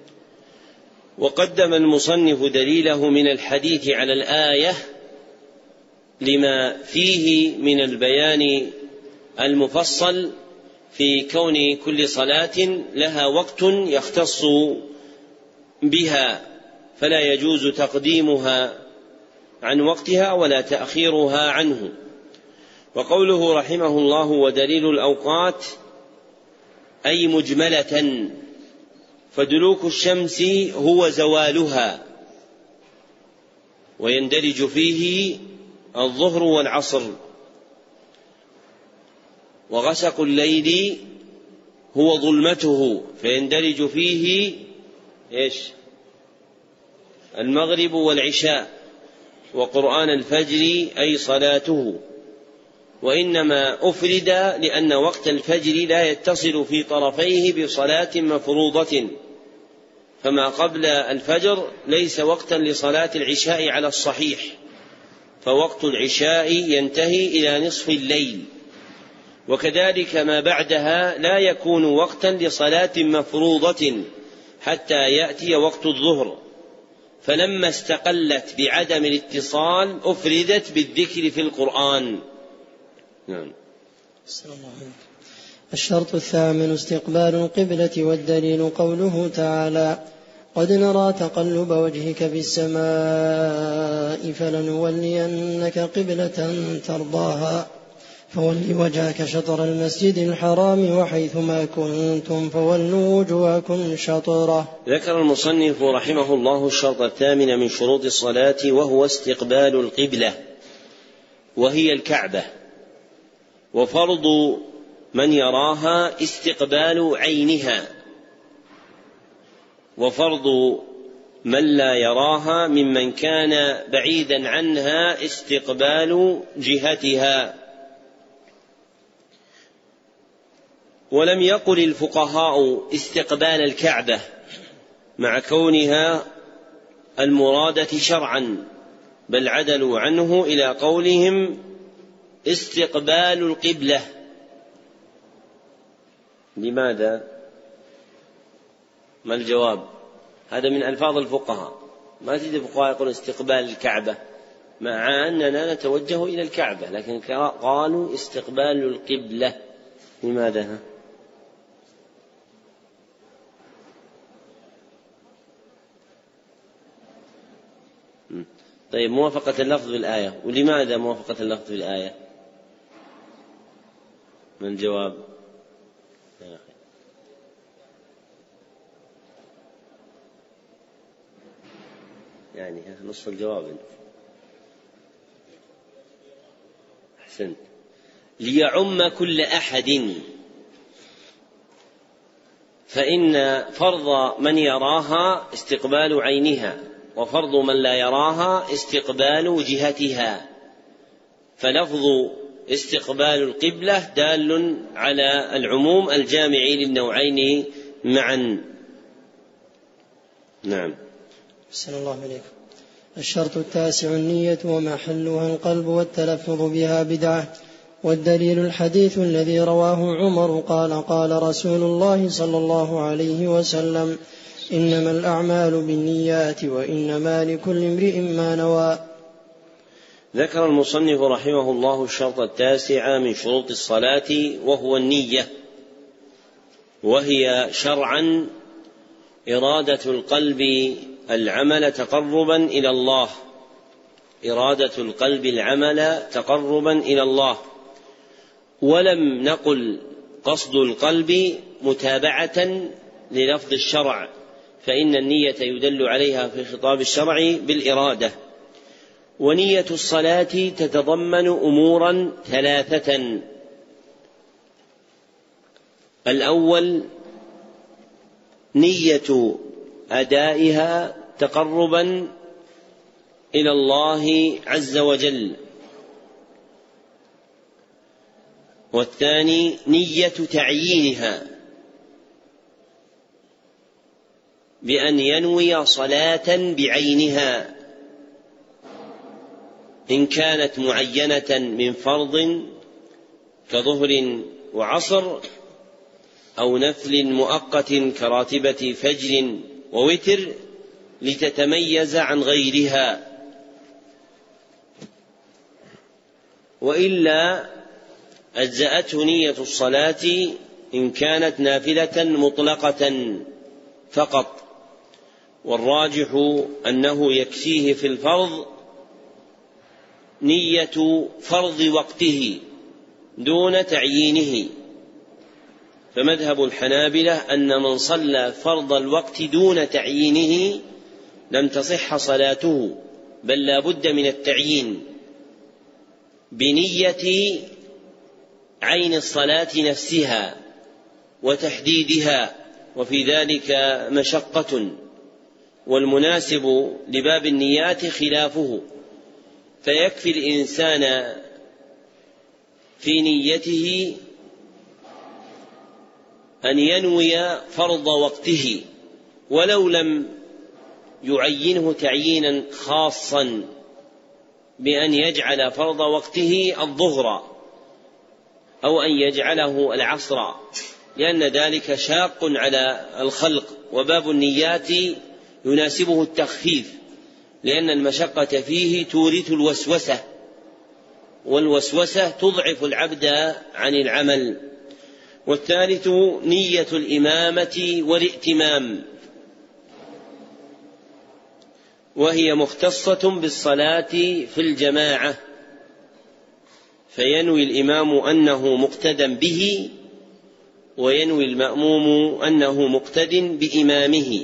وقدم المصنف دليله من الحديث على الآية لما فيه من البيان المفصل في كون كل صلاة لها وقت يختص بها، فلا يجوز تقديمها عن وقتها ولا تأخيرها عنه. وقوله رحمه الله: ودليل الأوقات، أي مجملة، فدلوك الشمس هو زوالها، ويندرج فيه الظهر والعصر. وغسق الليل هو ظلمته، فيندرج فيه إيش؟ المغرب والعشاء. وقرآن الفجر أي صلاته. وإنما أفرد لأن وقت الفجر لا يتصل في طرفيه بصلاة مفروضة، فما قبل الفجر ليس وقتا لصلاة العشاء على الصحيح، فوقت العشاء ينتهي إلى نصف الليل. وكذلك ما بعدها لا يكون وقتا لصلاة مفروضة حتى يأتي وقت الظهر، فلما استقلت بعدم الاتصال أفردت بالذكر في القرآن. نعم. الشرط الثامن استقبال القبلة. والدليل قوله تعالى: قد نرى تقلب وجهك في السماء فلنولينك قبلة ترضاها فول وجهك شطر المسجد الحرام وحيثما كنتم فولوا وجوهكم شطره. ذكر المصنف رحمه الله الشرط الثامن من شروط الصلاة، وهو استقبال القبلة، وهي الكعبة. وفرض من يراها استقبال عينها، وفرض من لا يراها ممن كان بعيدا عنها استقبال جهتها. ولم يقل الفقهاء استقبال الكعبة مع كونها المرادة شرعا، بل عدلوا عنه إلى قولهم استقبال القبلة. لماذا؟ ما الجواب؟ هذا من ألفاظ الفقهاء، ما تجد الفقهاء يقولون استقبال الكعبة مع أننا نتوجه إلى الكعبة، لكن قالوا استقبال القبلة. لماذا؟ طيب، موافقة اللفظ بالآية. ولماذا موافقة اللفظ بالآية؟ من الجواب؟ يعني نصف الجواب. أحسنت. ليعم كل أحد، فإن فرض من يراها استقبال عينها، وفرض من لا يراها استقبال جهتها، فلفظ استقبال القبلة دال على العموم الجامع للنوعين معا. نعم. أحسن الله إليكم. الشرط التاسع النية، ومحلها القلب، والتلفظ بها بدعة. والدليل الحديث الذي رواه عمر قال قال رسول الله صلى الله عليه وسلم إنما الأعمال بالنيات وإنما لكل امرئ ما نوى. ذكر المصنف رحمه الله الشرط التاسع من شروط الصلاة وهو النية، وهي شرعا إرادة القلب العمل تقربا إلى الله، إرادة القلب العمل تقربا إلى الله، ولم نقل قصد القلب متابعة للفظ الشرع، فإن النية يدل عليها في خطاب الشرع بالإرادة. ونية الصلاة تتضمن أمورا ثلاثة: الأول نية أدائها تقربا إلى الله عز وجل، والثاني نية تعيينها بأن ينوي صلاة بعينها إن كانت معينة من فرض كظهر وعصر، أو نفل مؤقت كراتبة فجر ووتر لتتميز عن غيرها، وإلا أجزأته نية الصلاة إن كانت نافلة مطلقة فقط. والراجح أنه يكفيه في الفرض نية فرض وقته دون تعيينه، فمذهب الحنابلة أن من صلى فرض الوقت دون تعيينه لم تصح صلاته، بل لا بد من التعيين بنية عين الصلاة نفسها وتحديدها، وفي ذلك مشقة، والمناسب لباب النيات خلافه، فيكفي الإنسان في نيته أن ينوي فرض وقته ولو لم يعينه تعيينا خاصا بأن يجعل فرض وقته الظهر أو أن يجعله العصر، لأن ذلك شاق على الخلق، وباب النيات يناسبه التخفيف، لأن المشقة فيه تورث الوسوسة، والوسوسة تضعف العبد عن العمل. والثالث نية الإمامة والائتمام، وهي مختصة بالصلاة في الجماعة، فينوي الإمام أنه مقتدى به، وينوي المأموم أنه مقتدى بإمامه.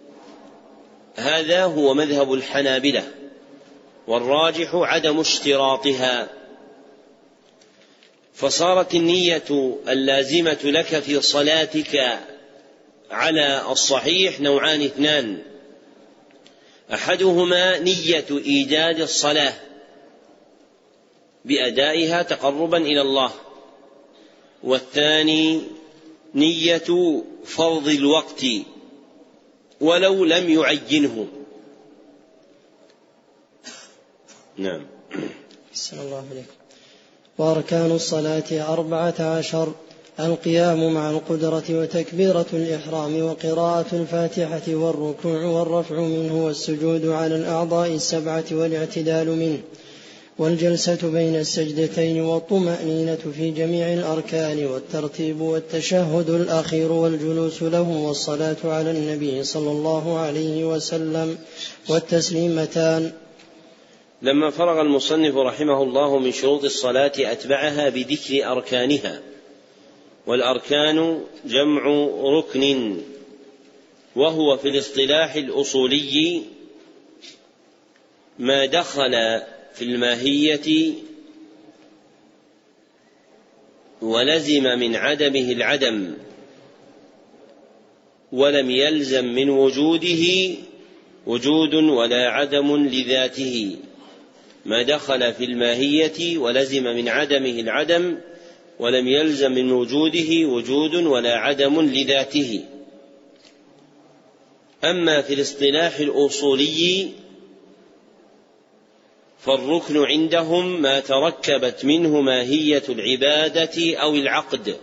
هذا هو مذهب الحنابلة، والراجح عدم اشتراطها، فصارت النية اللازمة لك في صلاتك على الصحيح نوعان اثنان: أحدهما نية إيجاد الصلاة بأدائها تقربا إلى الله، والثاني نية فرض الوقت ولو لم يعينه. نعم. بسم الله عليكم. وأركان الصلاة أربعة عشر: القيام مع القدرة، وتكبيرة الإحرام، وقراءة الفاتحة، والركوع والرفع منه، والسجود على الأعضاء السبعة والاعتدال منه، والجلسة بين السجدتين، والطمأنينة في جميع الأركان، والترتيب والتشهد الأخير والجلوس له، والصلاة على النبي صلى الله عليه وسلم، والتسليمتان. لما فرغ المصنف رحمه الله من شروط الصلاة أتبعها بذكر أركانها، والأركان جمع ركن، وهو في الاصطلاح الأصولي ما دخل في الماهية ولزم من عدمه العدم، ولم يلزم من وجوده وجود ولا عدم لذاته. ما دخل في الماهية ولزم من عدمه العدم، ولم يلزم من وجوده وجود ولا عدم لذاته. أما في الاصطلاح الأصولي فالركن عندهم ما تركبت منه ماهية العبادة أو العقد،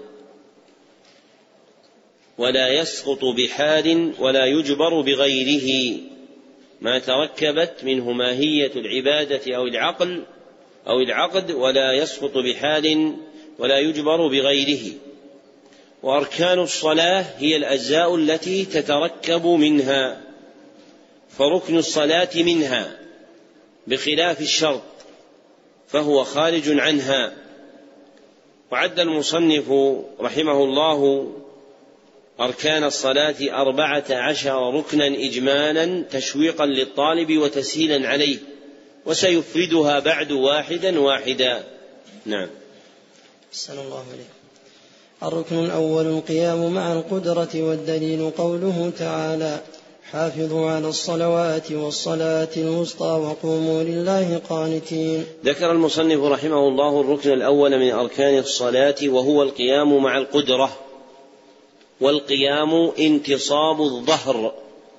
ولا يسقط بحال ولا يجبر بغيره. ما تركبت منه ماهية العبادة أو العقل أو العقد ولا يسقط بحال ولا يجبر بغيره. وأركان الصلاة هي الأجزاء التي تتركب منها، فركن الصلاة منها بخلاف الشرط فهو خارج عنها. وعد المصنف رحمه الله أركان الصلاة أربعة عشر ركنا إجمالا تشويقا للطالب وتسهيلا عليه، وسيفردها بعد واحدا واحدا. نعم. أحسن الله عليكم. الركن الأول القيام مع القدرة، والدليل قوله تعالى: حافظوا على الصلوات والصلاة الوسطى وقوموا لله قانتين. ذكر المصنف رحمه الله الركن الأول من أركان الصلاة وهو القيام مع القدرة، والقيام انتصاب الظهر.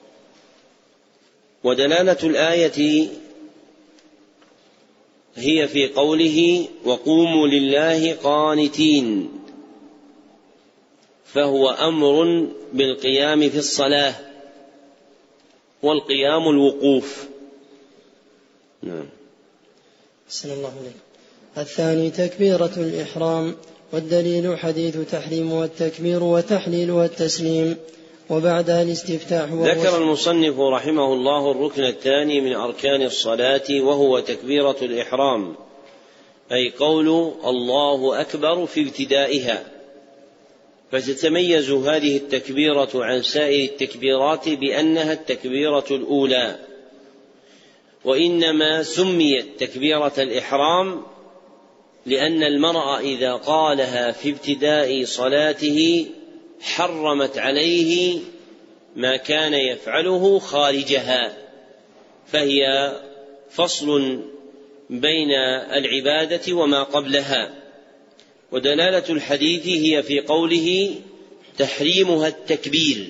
ودلالة الآية هي في قوله: وقوموا لله قانتين، فهو أمر بالقيام في الصلاة، والقيام الوقوف. نعم. أحسن الله عليك. الثاني تكبيرة الإحرام، والدليل حديث تحريم والتكبير وتحليل والتسليم، وبعدها الاستفتاح. ذكر المصنف رحمه الله الركن الثاني من أركان الصلاة وهو تكبيرة الإحرام، أي قول الله أكبر في ابتدائها. فتتميز هذه التكبيرة عن سائر التكبيرات بأنها التكبيرة الأولى، وإنما سميت تكبيرة الإحرام لأن المرء إذا قالها في ابتداء صلاته حرمت عليه ما كان يفعله خارجها، فهي فصل بين العبادة وما قبلها. ودلالة الحديث هي في قوله: تحريمها التكبير،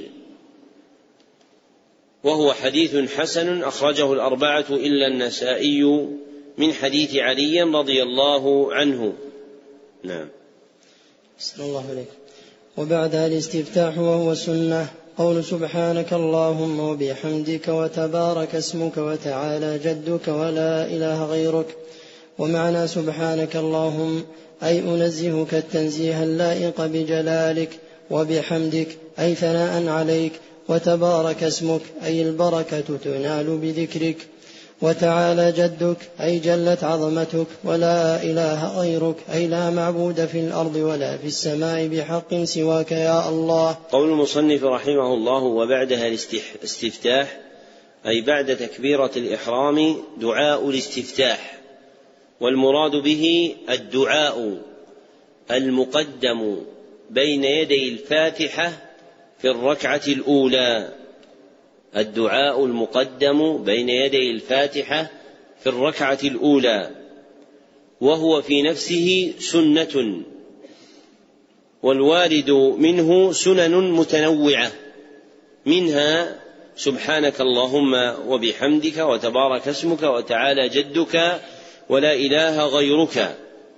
وهو حديث حسن أخرجه الأربعة إلا النسائي من حديث علي رضي الله عنه. نعم. بسم الله عليك. وبعدها الاستفتاح وهو سنة، قول سبحانك اللهم وبحمدك وتبارك اسمك وتعالى جدك ولا إله غيرك. ومعنى سبحانك اللهم أي أنزهك التنزيه اللائق بجلالك، وبحمدك أي ثناء عليك، وتبارك اسمك أي البركة تنال بذكرك، وتعالى جدك أي جلت عظمتك، ولا إله غيرك أي لا معبود في الأرض ولا في السماء بحق سواك يا الله. قول المصنف رحمه الله: وبعدها الاستفتاح، أي بعد تكبيرة الإحرام دعاء الاستفتاح، والمراد به الدعاء المقدم بين يدي الفاتحة في الركعة الأولى، الدعاء المقدم بين يدي الفاتحة في الركعة الأولى، وهو في نفسه سنة، والوارد منه سنن متنوعة، منها سبحانك اللهم وبحمدك وتبارك اسمك وتعالى جدك ولا إله غيرك.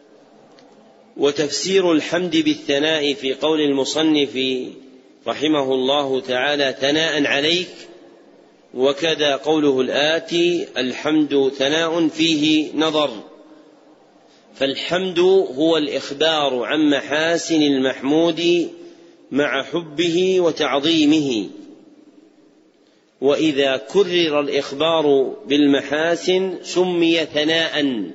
وتفسير الحمد بالثناء في قول المصنف رحمه الله تعالى: ثناء عليك، وكذا قوله الآتي: الحمد ثناء فيه نظر. فالحمد هو الإخبار عن محاسن المحمود مع حبه وتعظيمه، وإذا كرر الإخبار بالمحاسن سمي ثناء.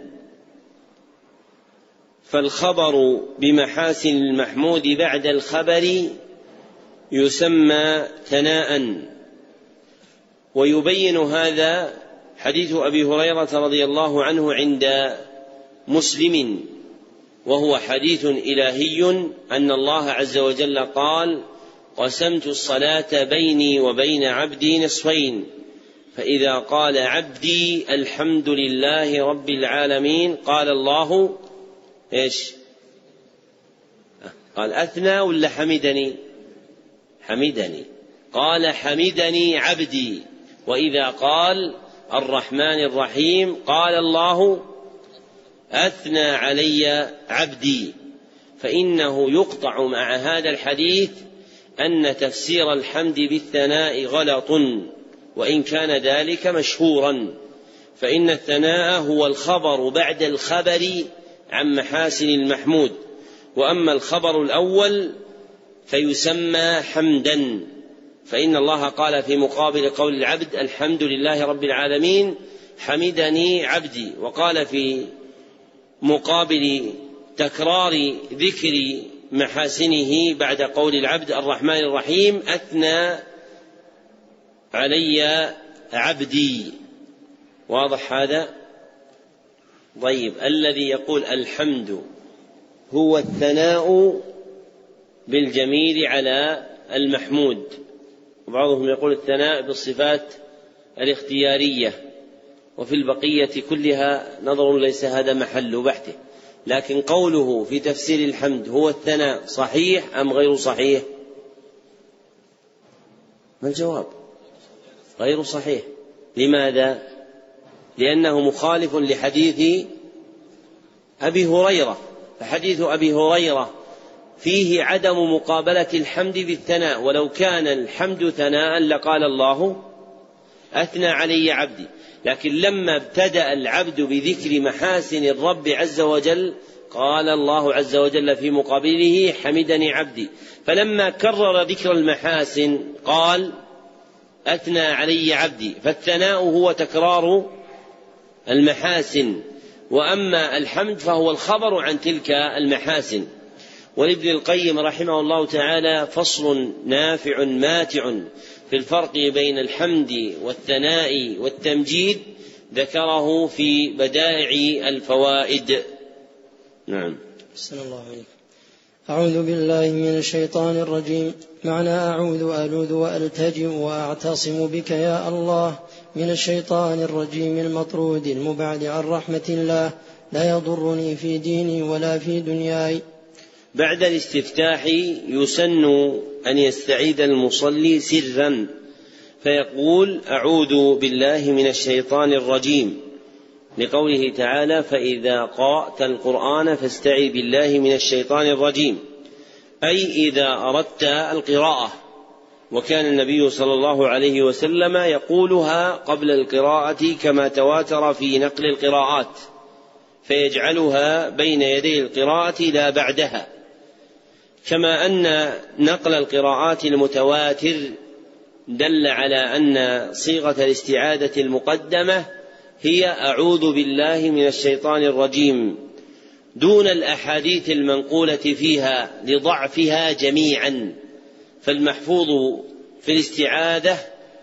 فالخبر بمحاسن المحمود بعد الخبر يسمى ثناء. ويبين هذا حديث أبي هريرة رضي الله عنه عند مسلم، وهو حديث إلهي أن الله عز وجل قال: قسمت الصلاة بيني وبين عبدي نصفين، فإذا قال عبدي الحمد لله رب العالمين قال الله إيش؟ قال أثنى ولا حمدني؟ حمدني. قال حمدني عبدي. وإذا قال الرحمن الرحيم قال الله أثنى علي عبدي، فإنه يقطع مع هذا الحديث أن تفسير الحمد بالثناء غلط، وإن كان ذلك مشهورا، فإن الثناء هو الخبر بعد الخبر عن محاسن المحمود، وأما الخبر الأول فيسمى حمدا، فإن الله قال في مقابل قول العبد الحمد لله رب العالمين حمدني عبدي، وقال في مقابل تكرار ذكر محاسنه بعد قول العبد الرحمن الرحيم أثنى علي عبدي. واضح هذا؟ طيب، الذي يقول الحمد هو الثناء بالجميل على المحمود، وبعضهم يقول الثناء بالصفات الاختيارية، وفي البقية كلها نظر ليس هذا محل بحثه، لكن قوله في تفسير الحمد هو الثناء صحيح أم غير صحيح؟ ما الجواب؟ غير صحيح. لماذا؟ لأنه مخالف لحديث أبي هريرة، فحديث أبي هريرة فيه عدم مقابلة الحمد بالثناء، ولو كان الحمد ثناء لقال الله أثنى علي عبدي، لكن لما ابتدأ العبد بذكر محاسن الرب عز وجل قال الله عز وجل في مقابله حمدني عبدي، فلما كرر ذكر المحاسن قال أثنى علي عبدي، فالثناء هو تكرار المحاسن، وأما الحمد فهو الخبر عن تلك المحاسن. ولابن القيم رحمه الله تعالى فصل نافع ماتع في الفرق بين الحمد والثناء والتمجيد، ذكره في بدائع الفوائد. نعم. بسم الله عليك. أعوذ بالله من الشيطان الرجيم. معنى أعوذ ألوذ وألتجئ وأعتصم بك يا الله من الشيطان الرجيم المطرود المبعد عن رحمة الله، لا يضرني في ديني ولا في دنياي. بعد الاستفتاح يسن أن يستعيذ المصلي سرا، فيقول أعوذ بالله من الشيطان الرجيم، لقوله تعالى فإذا قرأت القرآن فاستعذ بالله من الشيطان الرجيم، أي إذا أردت القراءة. وكان النبي صلى الله عليه وسلم يقولها قبل القراءة كما تواتر في نقل القراءات، فيجعلها بين يدي القراءة لا بعدها، كما أن نقل القراءات المتواتر دل على أن صيغة الاستعاذة المقدمة هي أعوذ بالله من الشيطان الرجيم، دون الأحاديث المنقولة فيها لضعفها جميعا. فالمحفوظ في الاستعاذة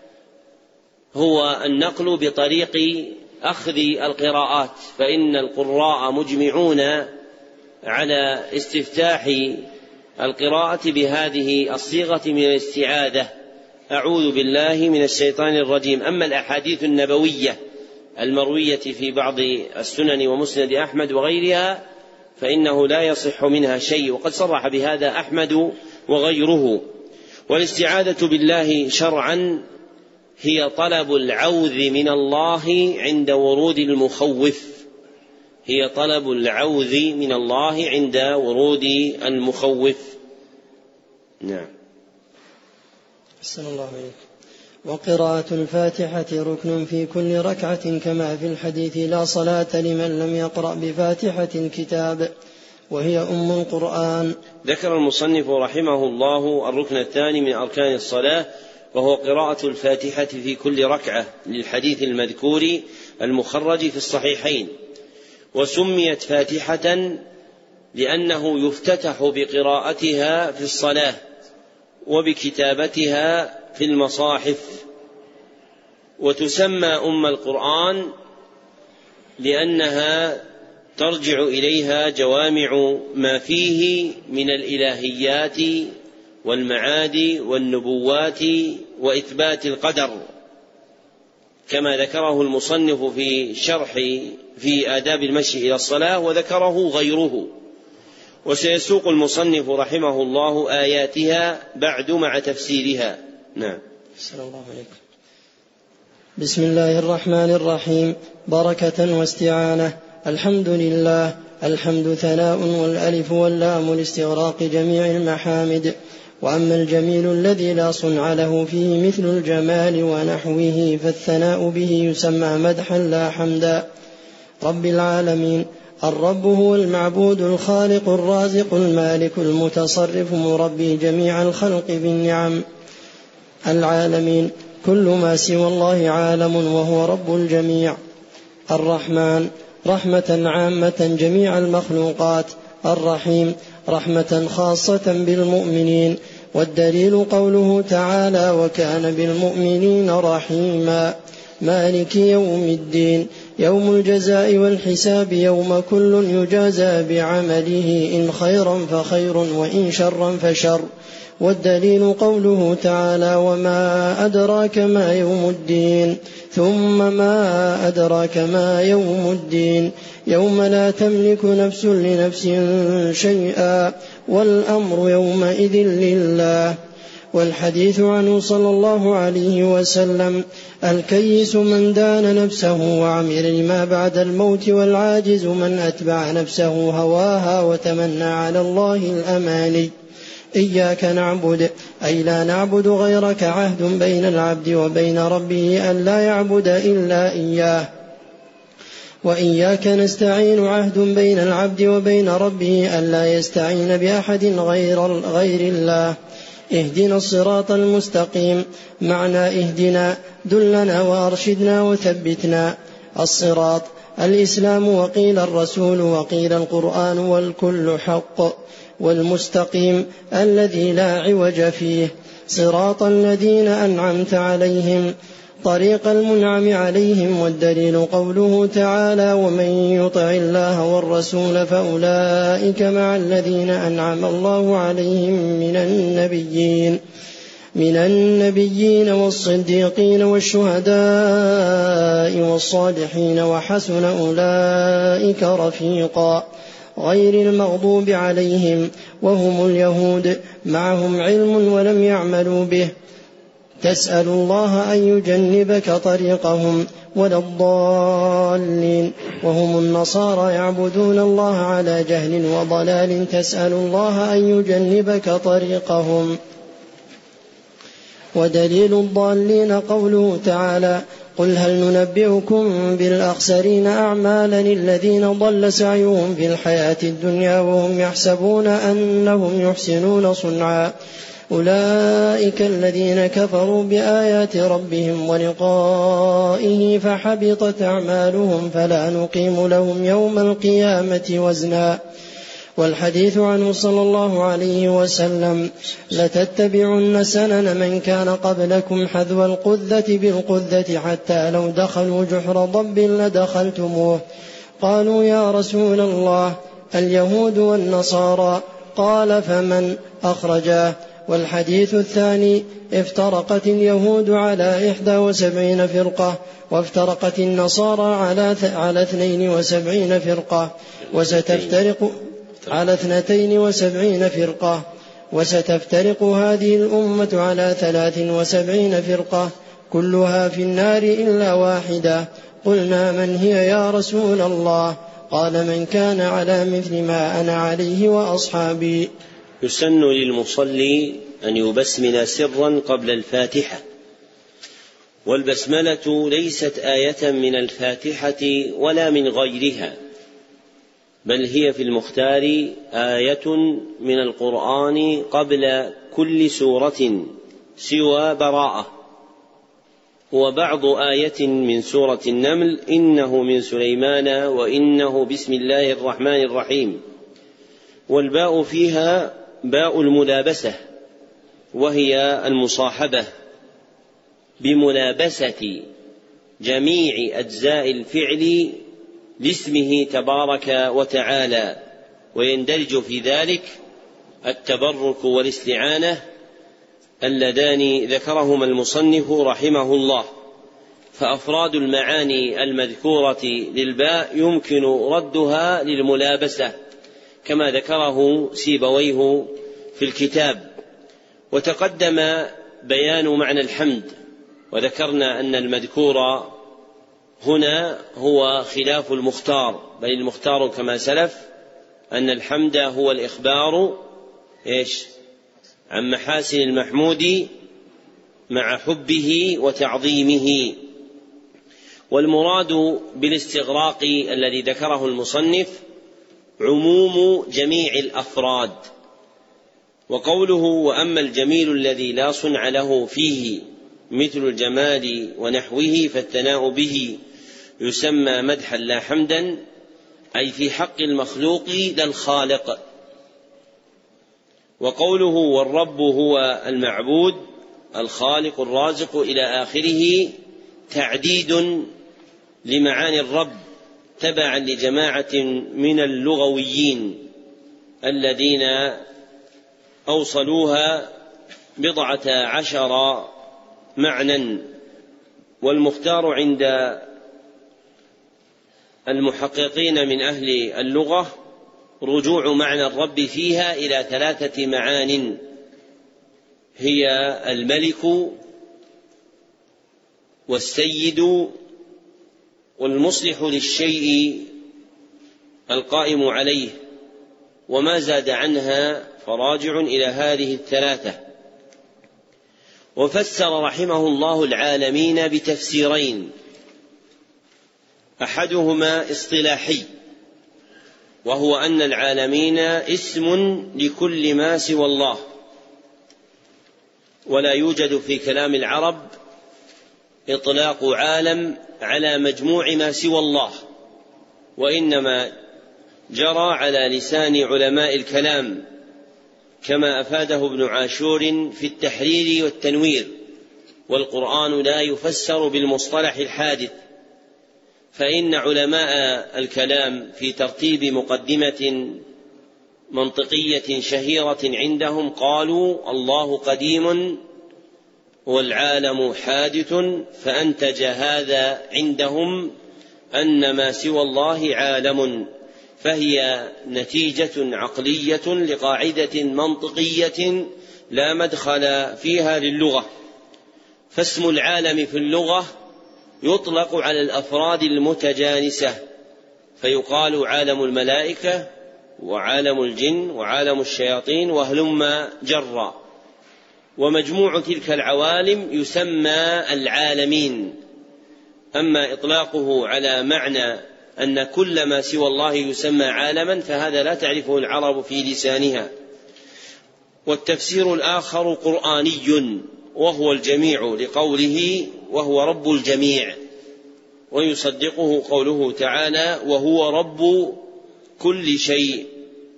هو النقل بطريق أخذ القراءات، فإن القراء مجمعون على استفتاح القراءة بهذه الصيغة من الاستعاذة أعوذ بالله من الشيطان الرجيم. أما الأحاديث النبوية المروية في بعض السنن ومسند أحمد وغيرها فإنه لا يصح منها شيء، وقد صرح بهذا أحمد وغيره. والاستعاذة بالله شرعا هي طلب العوذ من الله عند ورود المخوف، هي طلب العوذ من الله عند ورود المخوف. نعم. أحسن الله عليك. وقراءة الفاتحة ركن في كل ركعة، كما في الحديث لا صلاة لمن لم يقرأ بفاتحة الكتاب، وهي أم القرآن. ذكر المصنف رحمه الله الركن الثاني من أركان الصلاة، وهو قراءة الفاتحة في كل ركعة، للحديث المذكور المخرج في الصحيحين. وسميت فاتحة لأنه يفتتح بقراءتها في الصلاة وبكتابتها في المصاحف. وتسمى أم القرآن لأنها ترجع إليها جوامع ما فيه من الإلهيات والمعاد والنبوات وإثبات القدر، كما ذكره المصنف في شرح في آداب المشي إلى الصلاة، وذكره غيره. وسيسوق المصنف رحمه الله آياتها بعد مع تفسيرها. نعم. السلام الله عليكم. بسم الله الرحمن الرحيم. بركة واستعانة. الحمد لله. الحمد ثناء والألف واللام لاستغراق جميع المحامد. وأما الجميل الذي لا صنع له فيه مثل الجمال ونحوه فالثناء به يسمى مدحا لا حمدا. رب العالمين. الرب هو المعبود الخالق الرازق المالك المتصرف مربي جميع الخلق بالنعم. العالمين كل ما سوى الله عالم وهو رب الجميع. الرحمن رحمة عامة جميع المخلوقات. الرحيم رحمة خاصة بالمؤمنين. والدليل قوله تعالى وكان بالمؤمنين رحيما. مالك يوم الدين يوم الجزاء والحساب يوم كل يجازى بعمله إن خيرا فخير وإن شرا فشر. والدليل قوله تعالى وما أدراك ما يوم الدين ثم ما أدراك ما يوم الدين يوم لا تملك نفس لنفس شيئا والأمر يومئذ لله. والحديث عنه صلى الله عليه وسلم الكيس من دان نفسه وعمل لما بعد الموت والعاجز من أتبع نفسه هواها وتمنى على الله الأماني. إياك نعبد أي لا نعبد غيرك عهد بين العبد وبين ربه أن لا يعبد إلا إياه. وإياك نستعين عهد بين العبد وبين ربه أن لا يستعين بأحد غير, غير الله. اهدنا الصراط المستقيم. معنى اهدنا دلنا وأرشدنا وثبتنا. الصراط الإسلام وقيل الرسول وقيل القرآن والكل حق. والمستقيم الذي لا عوج فيه. صراط الذين أنعمت عليهم طريق المنعم عليهم. والدليل قوله تعالى ومن يطع الله والرسول فأولئك مع الذين أنعم الله عليهم من النبيين من النبيين والصديقين والشهداء والصالحين وحسن أولئك رفيقا. غير المغضوب عليهم وهم اليهود معهم علم ولم يعملوا به. تسأل الله أن يجنبك طريقهم ولا الضالين وهم النصارى يعبدون الله على جهل وضلال. تسأل الله أن يجنبك طريقهم. ودليل الضالين قوله تعالى قل هل ننبئكم بالأخسرين أعمالا الذين ضل سعيهم في الحياة الدنيا وهم يحسبون أنهم يحسنون صنعا. أولئك الذين كفروا بآيات ربهم ولقائه فحبطت أعمالهم فلا نقيم لهم يوم القيامة وزنا. والحديث عنه صلى الله عليه وسلم لتتبعن سنن من كان قبلكم حذو القذة بالقذة حتى لو دخلوا جحر ضب لدخلتموه. قالوا يا رسول الله اليهود والنصارى قال فمن أخرجاه. والحديث الثاني افترقت اليهود على إحدى وسبعين فرقة وافترقت النصارى على على اثنين وسبعين فرقة وستفترق على اثنتين وسبعين فرقة وستفترق هذه الأمة على ثلاث وسبعين فرقة كلها في النار إلا واحدة. قلنا من هي يا رسول الله؟ قال من كان على مثل ما أنا عليه وأصحابي. يسن للمصلي أن يبسمل سرا قبل الفاتحة. والبسملة ليست آية من الفاتحة ولا من غيرها، بل هي في المختار آية من القرآن قبل كل سورة سوى براءة، وبعض آية من سورة النمل إنه من سليمان وإنه بسم الله الرحمن الرحيم. والباء فيها باء الملابسة وهي المصاحبة بملابسة جميع أجزاء الفعل لاسمه تبارك وتعالى، ويندرج في ذلك التبرك والاستعانة اللذان ذكرهما المصنف رحمه الله. فأفراد المعاني المذكورة للباء يمكن ردها للملابسة كما ذكره سيبويه في الكتاب. وتقدم بيان معنى الحمد وذكرنا أن المذكور هنا هو خلاف المختار، بل المختار كما سلف أن الحمد هو الإخبار إيش عن محاسن المحمود مع حبه وتعظيمه. والمراد بالاستغراق الذي ذكره المصنف عموم جميع الأفراد. وقوله وأما الجميل الذي لا صنع له فيه مثل الجمال ونحوه فالثناء به يسمى مدحا لا حمدا، أي في حق المخلوق لا الخالق. وقوله والرب هو المعبود الخالق الرازق إلى آخره تعديد لمعاني الرب تبعا لجماعة من اللغويين الذين أوصلوها بضعة عشر معنى. والمختار عند المحققين من أهل اللغة رجوع معنى الرب فيها إلى ثلاثة معان، هي الملك والسيد والمصلح للشيء القائم عليه، وما زاد عنها فراجع إلى هذه الثلاثة. وفسر رحمه الله العالمين بتفسيرين، أحدهما اصطلاحي وهو أن العالمين اسم لكل ما سوى الله، ولا يوجد في كلام العرب إطلاق عالم على مجموع ما سوى الله، وإنما جرى على لسان علماء الكلام كما أفاده ابن عاشور في التحرير والتنوير. والقرآن لا يفسر بالمصطلح الحادث، فإن علماء الكلام في ترتيب مقدمة منطقية شهيرة عندهم قالوا الله قديم والعالم حادث، فأنتج هذا عندهم أن ما سوى الله عالم، فهي نتيجة عقلية لقاعدة منطقية لا مدخل فيها للغة. فاسم العالم في اللغة يطلق على الأفراد المتجانسة، فيقال عالم الملائكة وعالم الجن وعالم الشياطين وهلم جرا، ومجموع تلك العوالم يسمى العالمين. أما إطلاقه على معنى أن كل ما سوى الله يسمى عالما فهذا لا تعرفه العرب في لسانها. والتفسير الآخر قرآني وهو الجميع لقوله وهو رب الجميع، ويصدقه قوله تعالى وهو رب كل شيء.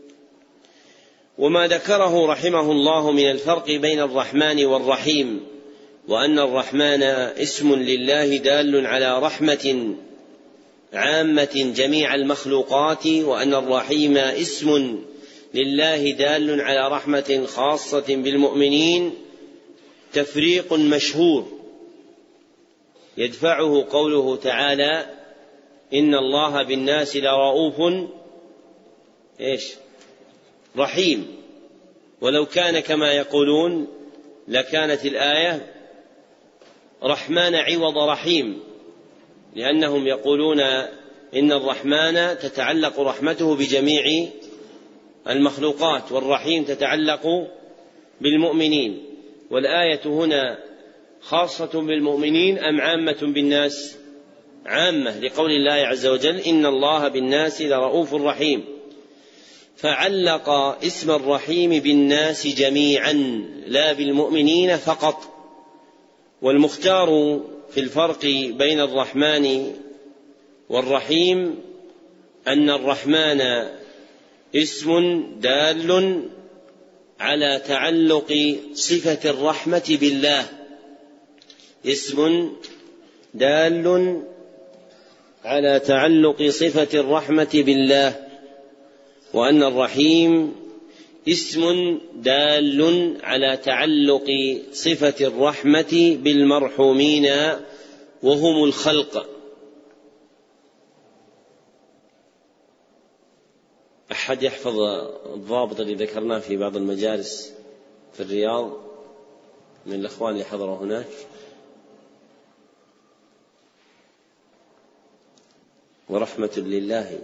وما ذكره رحمه الله من الفرق بين الرحمن والرحيم، وأن الرحمن اسم لله دال على رحمة عامة جميع المخلوقات، وأن الرحيم اسم لله دال على رحمة خاصة بالمؤمنين، تفريق مشهور يدفعه قوله تعالى إن الله بالناس لرؤوف إيش رحيم. ولو كان كما يقولون لكانت الآية رحمن عوض رحيم، لأنهم يقولون إن الرحمن تتعلق رحمته بجميع المخلوقات، والرحيم تتعلق بالمؤمنين. والآية هنا خاصة بالمؤمنين أم عامة بالناس؟ عامة، لقول الله عز وجل إن الله بالناس لرؤوف رحيم، فعلق اسم الرحيم بالناس جميعا لا بالمؤمنين فقط. والمختار في الفرق بين الرحمن والرحيم أن الرحمن اسم دال على تعلق صفة الرحمة بالله، اسم دال على تعلق صفة الرحمة بالله، وأن الرحيم اسم دال على تعلق صفة الرحمة بالمرحومين وهم الخلق. أحد يحفظ الضابط الذي ذكرناه في بعض المجالس في الرياض من الأخوان اللي حضروا هناك؟ ورحمة لله.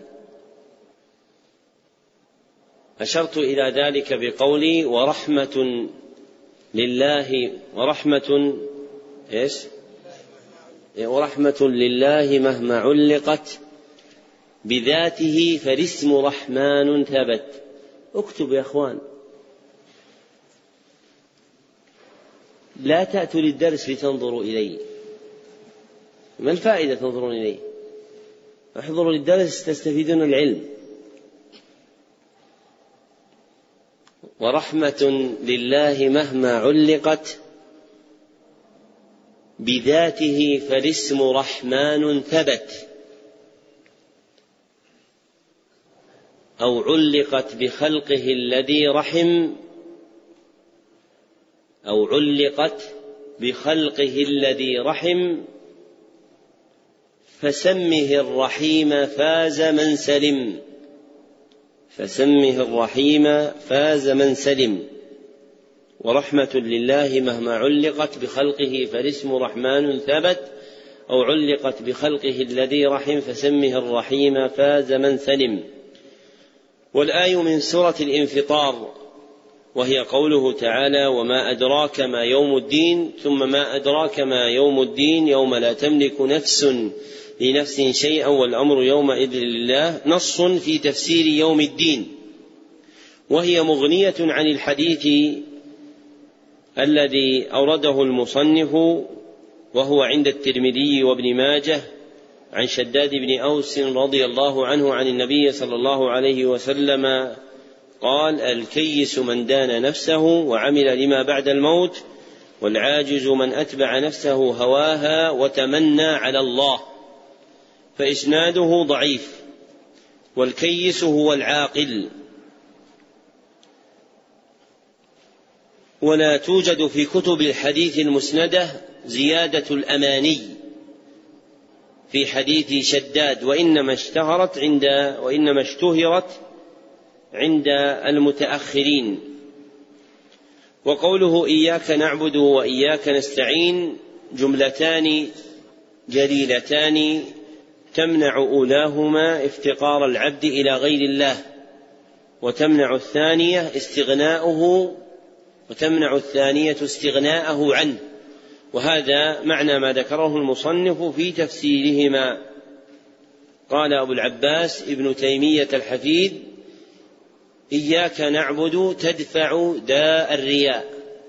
أشرت إلى ذلك بقولي ورحمة لله ورحمة إيش؟ ورحمة لله مهما علقت بذاته فالاسم رحمن ثبت. اكتب يا أخوان، لا تأتوا للدرس لتنظروا إلي، ما الفائدة تنظرون إلي؟ احضروا للدرس تستفيدون العلم. ورحمة لله مهما علقت بذاته فالاسم رحمن ثبت، أو علقت بخلقه الذي رحم، أو علقت بخلقه الذي رحم فسمه الرحيم فاز من سلم، فسمه الرحيم فاز من سلم. ورحمة لله مهما علقت بخلقه فالاسم رحمن ثبت، أو علقت بخلقه الذي رحم فسمه الرحيم فاز من سلم. والآية من سورة الانفطار، وهي قوله تعالى وما أدراك ما يوم الدين، ثم ما أدراك ما يوم الدين يوم لا تملك نفس لنفس شيئا والأمر يومئذ لله، نص في تفسير يوم الدين، وهي مغنية عن الحديث الذي أورده المصنف وهو عند الترمذي وابن ماجه عن شداد بن أوس رضي الله عنه عن النبي صلى الله عليه وسلم قال الكيس من دان نفسه وعمل لما بعد الموت، والعاجز من أتبع نفسه هواها وتمنى على الله. فإسناده ضعيف، والكيس هو العاقل. ولا توجد في كتب الحديث المسندة زيادة الأماني في حديث شداد، وإنما اشتهرت عند وإنما اشتهرت عند المتأخرين. وقوله إياك نعبد وإياك نستعين جملتان جليلتان تمنع أولاهما افتقار العبد إلى غير الله، وتمنع الثانية استغناؤه وتمنع الثانية استغناءه عنه، وهذا معنى ما ذكره المصنف في تفسيرهما. قال أبو العباس ابن تيمية الحفيد إياك نعبد تدفع داء الرياء،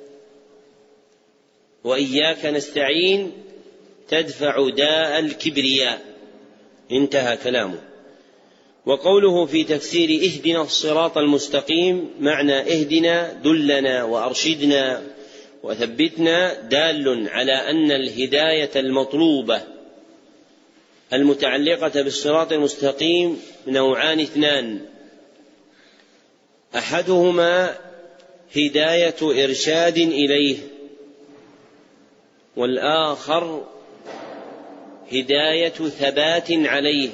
وإياك نستعين تدفع داء الكبرياء، انتهى كلامه. وقوله في تفسير اهدنا الصراط المستقيم معنى اهدنا دلنا وأرشدنا وثبتنا، دال على أن الهداية المطلوبة المتعلقة بالصراط المستقيم نوعان اثنان، أحدهما هداية إرشاد إليه، والآخر هداية ثبات عليه.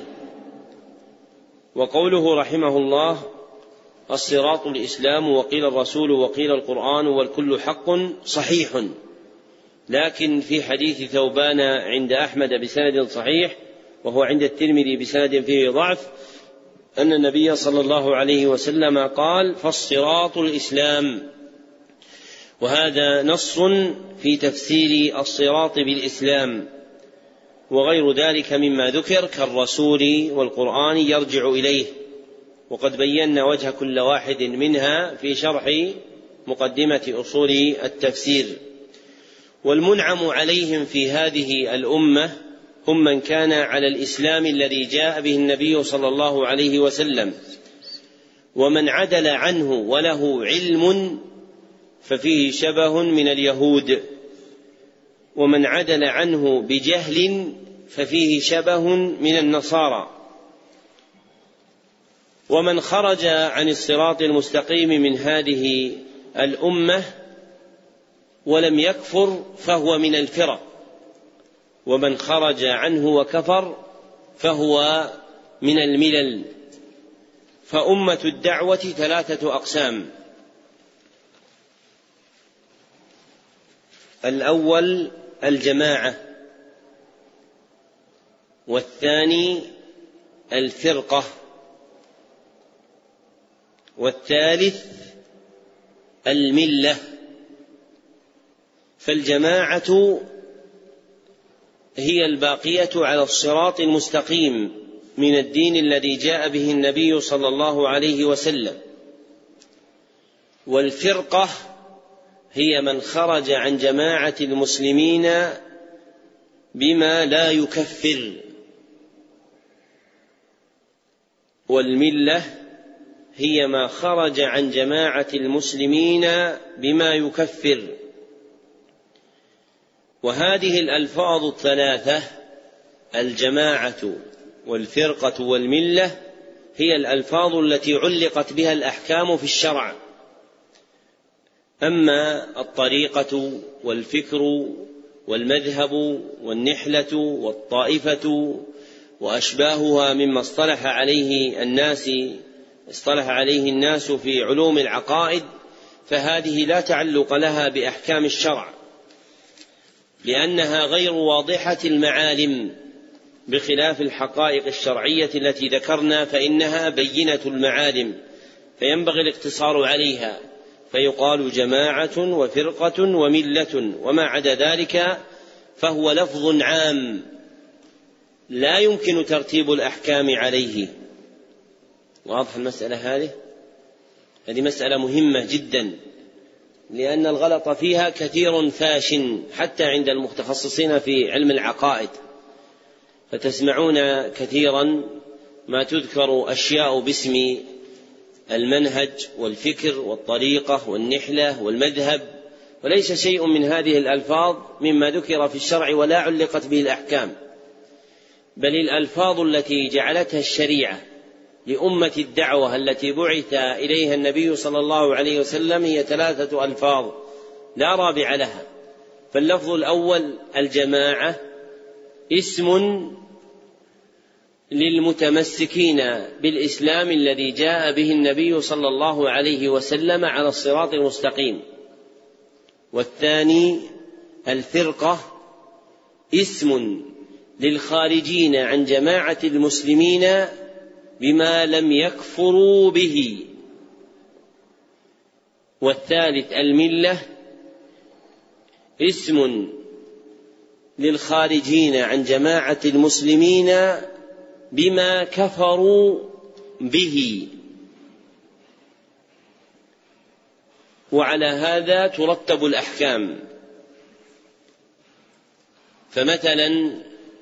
وقوله رحمه الله الصراط الإسلام وقيل الرسول وقيل القرآن والكل حق صحيح، لكن في حديث ثوبان عند أحمد بسند صحيح وهو عند الترمذي بسند فيه ضعف أن النبي صلى الله عليه وسلم قال فالصراط الإسلام، وهذا نص في تفسير الصراط بالإسلام. وغير ذلك مما ذكر كالرسول والقرآن يرجع إليه، وقد بينا وجه كل واحد منها في شرح مقدمة أصول التفسير. والمنعم عليهم في هذه الأمة هم من كان على الإسلام الذي جاء به النبي صلى الله عليه وسلم، ومن عدل عنه وله علم ففيه شبه من اليهود، ومن عدل عنه بجهل ففيه شبه من النصارى. ومن خرج عن الصراط المستقيم من هذه الأمة ولم يكفر فهو من الفرق، ومن خرج عنه وكفر فهو من الملل. فأمة الدعوة ثلاثة أقسام: الأول الجماعة، والثاني الفرقة، والثالث الملة. فالجماعة هي الباقية على الصراط المستقيم من الدين الذي جاء به النبي صلى الله عليه وسلم، والفرقة هي من خرج عن جماعة المسلمين بما لا يكفر، والملة هي ما خرج عن جماعة المسلمين بما يكفر. وهذه الألفاظ الثلاثة الجماعة والفرقة والملة هي الألفاظ التي علقت بها الأحكام في الشرع. أما الطريقة والفكر والمذهب والنحلة والطائفة وأشباهها مما اصطلح عليه الناس اصطلح عليه الناس في علوم العقائد، فهذه لا تعلق لها بأحكام الشرع، لأنها غير واضحة المعالم، بخلاف الحقائق الشرعية التي ذكرنا فإنها بينة المعالم، فينبغي الاقتصار عليها، فيقال جماعة وفرقة وملة، وما عدا ذلك فهو لفظ عام لا يمكن ترتيب الأحكام عليه. واضح المسألة هذه؟ هذه مسألة مهمة جدا، لأن الغلط فيها كثير فاش حتى عند المتخصصين في علم العقائد، فتسمعون كثيرا ما تذكر أشياء باسم المنهج والفكر والطريقة والنحلة والمذهب، وليس شيء من هذه الألفاظ مما ذكر في الشرع ولا علقت به الأحكام، بل الألفاظ التي جعلتها الشريعة لأمة الدعوة التي بعث إليها النبي صلى الله عليه وسلم هي ثلاثة ألفاظ لا رابع لها. فاللفظ الأول الجماعة اسم للمتمسكين بالإسلام الذي جاء به النبي صلى الله عليه وسلم على الصراط المستقيم. والثاني الفرقة اسم للخارجين عن جماعة المسلمين بما لم يكفروا به. والثالث الملة اسم للخارجين عن جماعة المسلمين بما كفروا به. وعلى هذا ترتب الأحكام. فمثلا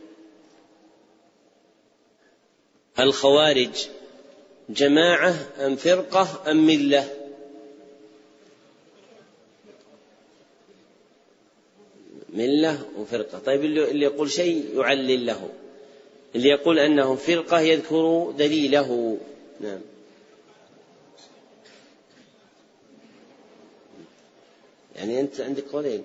الخوارج جماعة أم فرقة أم ملة؟ ملة وفرقة. طيب اللي يقول شيء يعلل له، اللي يقول أنه فرقة يذكر دليله. نعم. يعني أنت عندك قولين.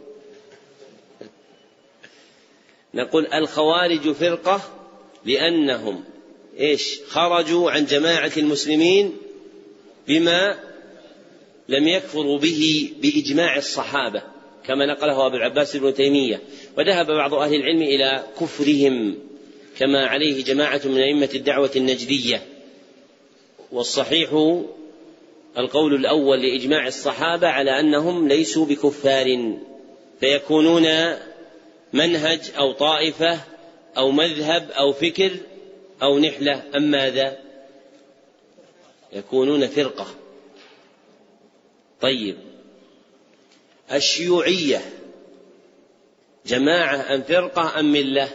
نقول الخوارج فرقة لأنهم إيش؟ خرجوا عن جماعة المسلمين بما لم يكفروا به بإجماع الصحابة، كما نقله أبو العباس ابن تيمية. وذهب بعض أهل العلم إلى كفرهم كما عليه جماعة من أئمة الدعوة النجدية. والصحيح القول الأول لإجماع الصحابة على أنهم ليسوا بكفار، فيكونون منهج أو طائفة أو مذهب أو فكر أو نحلة. أم ماذا؟ يكونون فرقة. طيب الشيوعية جماعة أم فرقة أم ملة؟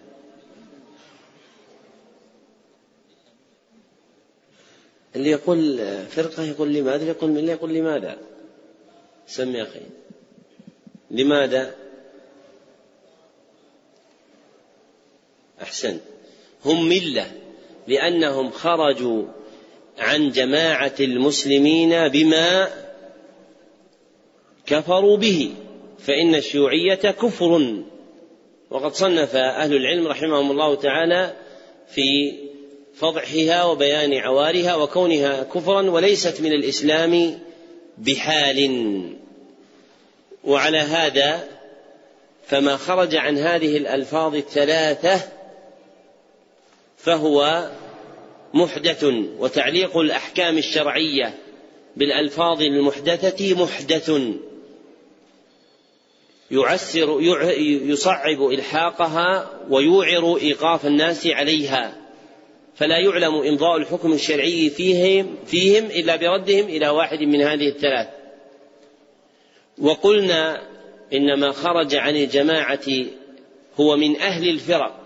اللي يقول فرقة يقول لماذا، اللي يقول ملة يقول لماذا. سمي أخي لماذا؟ أحسن. هم ملة لأنهم خرجوا عن جماعة المسلمين بما كفروا به، فإن الشيوعية كفر. وقد صنف أهل العلم رحمهم الله تعالى في فضحها وبيان عوارها وكونها كفرا وليست من الإسلام بحال. وعلى هذا فما خرج عن هذه الألفاظ الثلاثة فهو محدث. وتعليق الأحكام الشرعية بالألفاظ المحدثة محدث يعسر يصعب إلحاقها ويوعر إيقاف الناس عليها، فلا يعلم إمضاء الحكم الشرعي فيهم, فيهم إلا بردهم إلى واحد من هذه الثلاث. وقلنا إنما خرج عن الجماعة هو من أهل الفرق،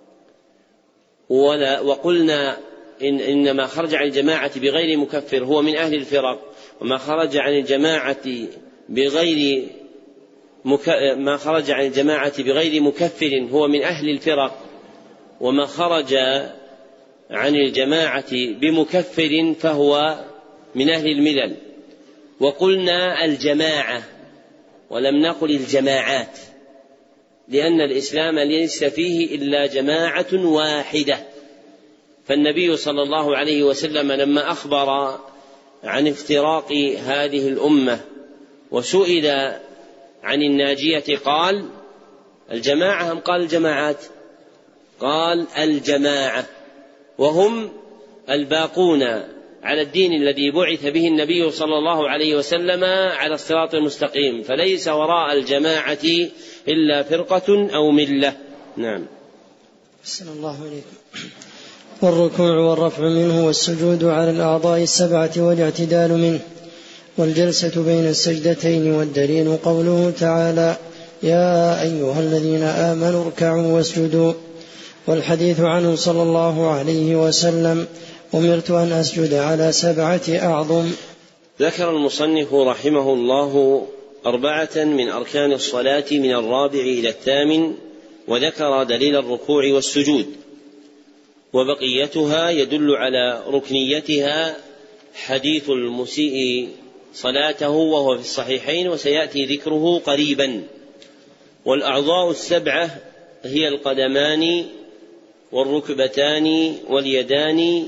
وقلنا إن إنما خرج عن الجماعة بغير مكفر هو من أهل الفرق، وما خرج عن الجماعة بغير مك... ما خرج عن الجماعة بغير مكفر هو من أهل الفرق، وما خرج عن الجماعة بمكفر فهو من أهل الملل. وقلنا الجماعة ولم نقل الجماعات، لأن الإسلام ليس فيه إلا جماعة واحدة. فالنبي صلى الله عليه وسلم لما أخبر عن افتراق هذه الأمة وسئل عن الناجية قال الجماعة أم قال الجماعات؟ قال الجماعة، وهم الباقون على الدين الذي بعث به النبي صلى الله عليه وسلم على الصراط المستقيم، فليس وراء الجماعة إلا فرقة أو ملة. نعم. أحسن الله عليكم. والركوع والرفع منه والسجود على الأعضاء السبعة والاعتدال منه والجلسة بين السجدتين، والدليل قوله تعالى يا أيها الذين آمنوا اركعوا واسجدوا، والحديث عنه صلى الله عليه وسلم أمرت أن أسجد على سبعة أعظم. ذكر المصنف رحمه الله أربعة من أركان الصلاة من الرابع إلى الثامن، وذكر دليل الركوع والسجود، وبقيتها يدل على ركنيتها حديث المسيء صلاته وهو في الصحيحين وسيأتي ذكره قريبا. والأعضاء السبعة هي القدمان والركبتان واليدان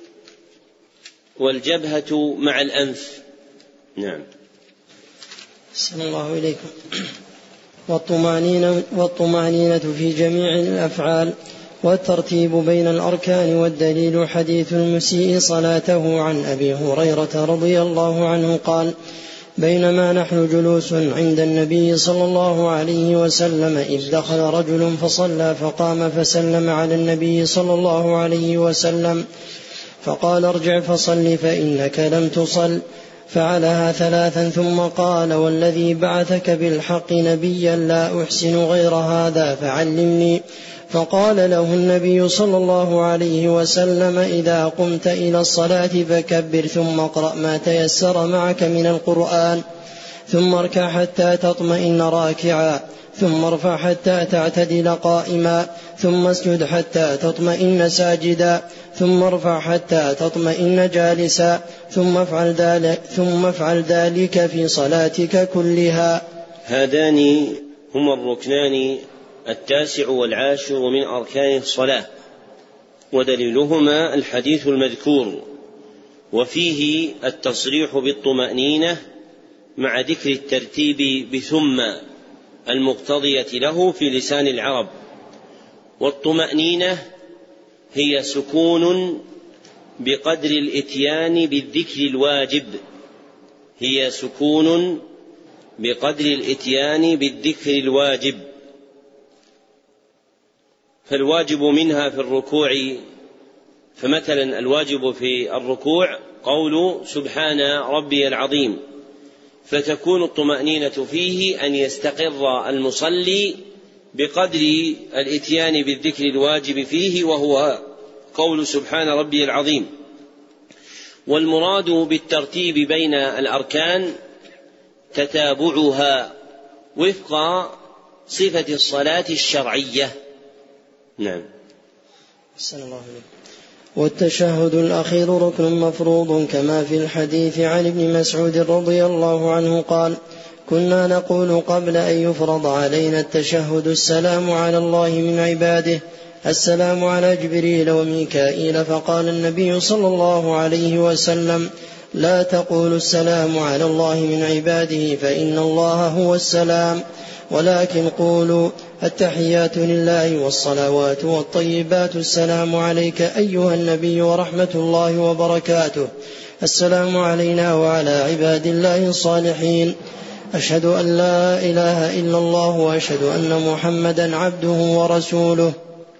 والجبهة مع الأنف. نعم. صلى الله إليكم. والطمأنينة, والطمأنينة في جميع الأفعال والترتيب بين الأركان، والدليل حديث المسيء صلاته عن أبي هريرة رضي الله عنه قال بينما نحن جلوس عند النبي صلى الله عليه وسلم إذ دخل رجل فصلى فقام فسلم على النبي صلى الله عليه وسلم فقال ارجع فصل فإنك لم تصل، فعلها ثلاثا ثم قال والذي بعثك بالحق نبيا لا أحسن غير هذا فعلمني. فقال له النبي صلى الله عليه وسلم إذا قمت إلى الصلاة فكبر ثم اقرأ ما تيسر معك من القرآن، ثم اركع حتى تطمئن راكعا، ثم ارفع حتى تعتدل قائما، ثم اسجد حتى تطمئن ساجدا، ثم ارفع حتى تطمئن جالسا، ثم افعل ذلك, ثم افعل ذلك في صلاتك كلها. هذان هما الركنان التاسع والعاشر من أركان الصلاة، ودليلهما الحديث المذكور، وفيه التصريح بالطمأنينة مع ذكر الترتيب بثم المقتضية له في لسان العرب. والطمأنينة هي سكون بقدر الإتيان بالذكر الواجب هي سكون بقدر الإتيان بالذكر الواجب فالواجب منها في الركوع، فمثلا الواجب في الركوع قول سبحان ربي العظيم، فتكون الطمأنينة فيه أن يستقر المصلي بقدر الإتيان بالذكر الواجب فيه وهو قول سبحان ربي العظيم. والمراد بالترتيب بين الأركان تتابعها وفق صفة الصلاة الشرعية. نعم. السلام الله عليكم. والتشهد الأخير ركن مفروض كما في الحديث عن ابن مسعود رضي الله عنه قال كنا نقول قبل أن يفرض علينا التشهد السلام على الله من عباده، السلام على جبريل وميكائيل، فقال النبي صلى الله عليه وسلم لا تقولوا السلام على الله من عباده فإن الله هو السلام، ولكن قولوا التحيات لله والصلوات والطيبات السلام عليك أيها النبي ورحمة الله وبركاته. السلام علينا وعلى عباد الله الصالحين. أشهد أن لا إله إلا الله وأشهد أن محمدا عبده ورسوله.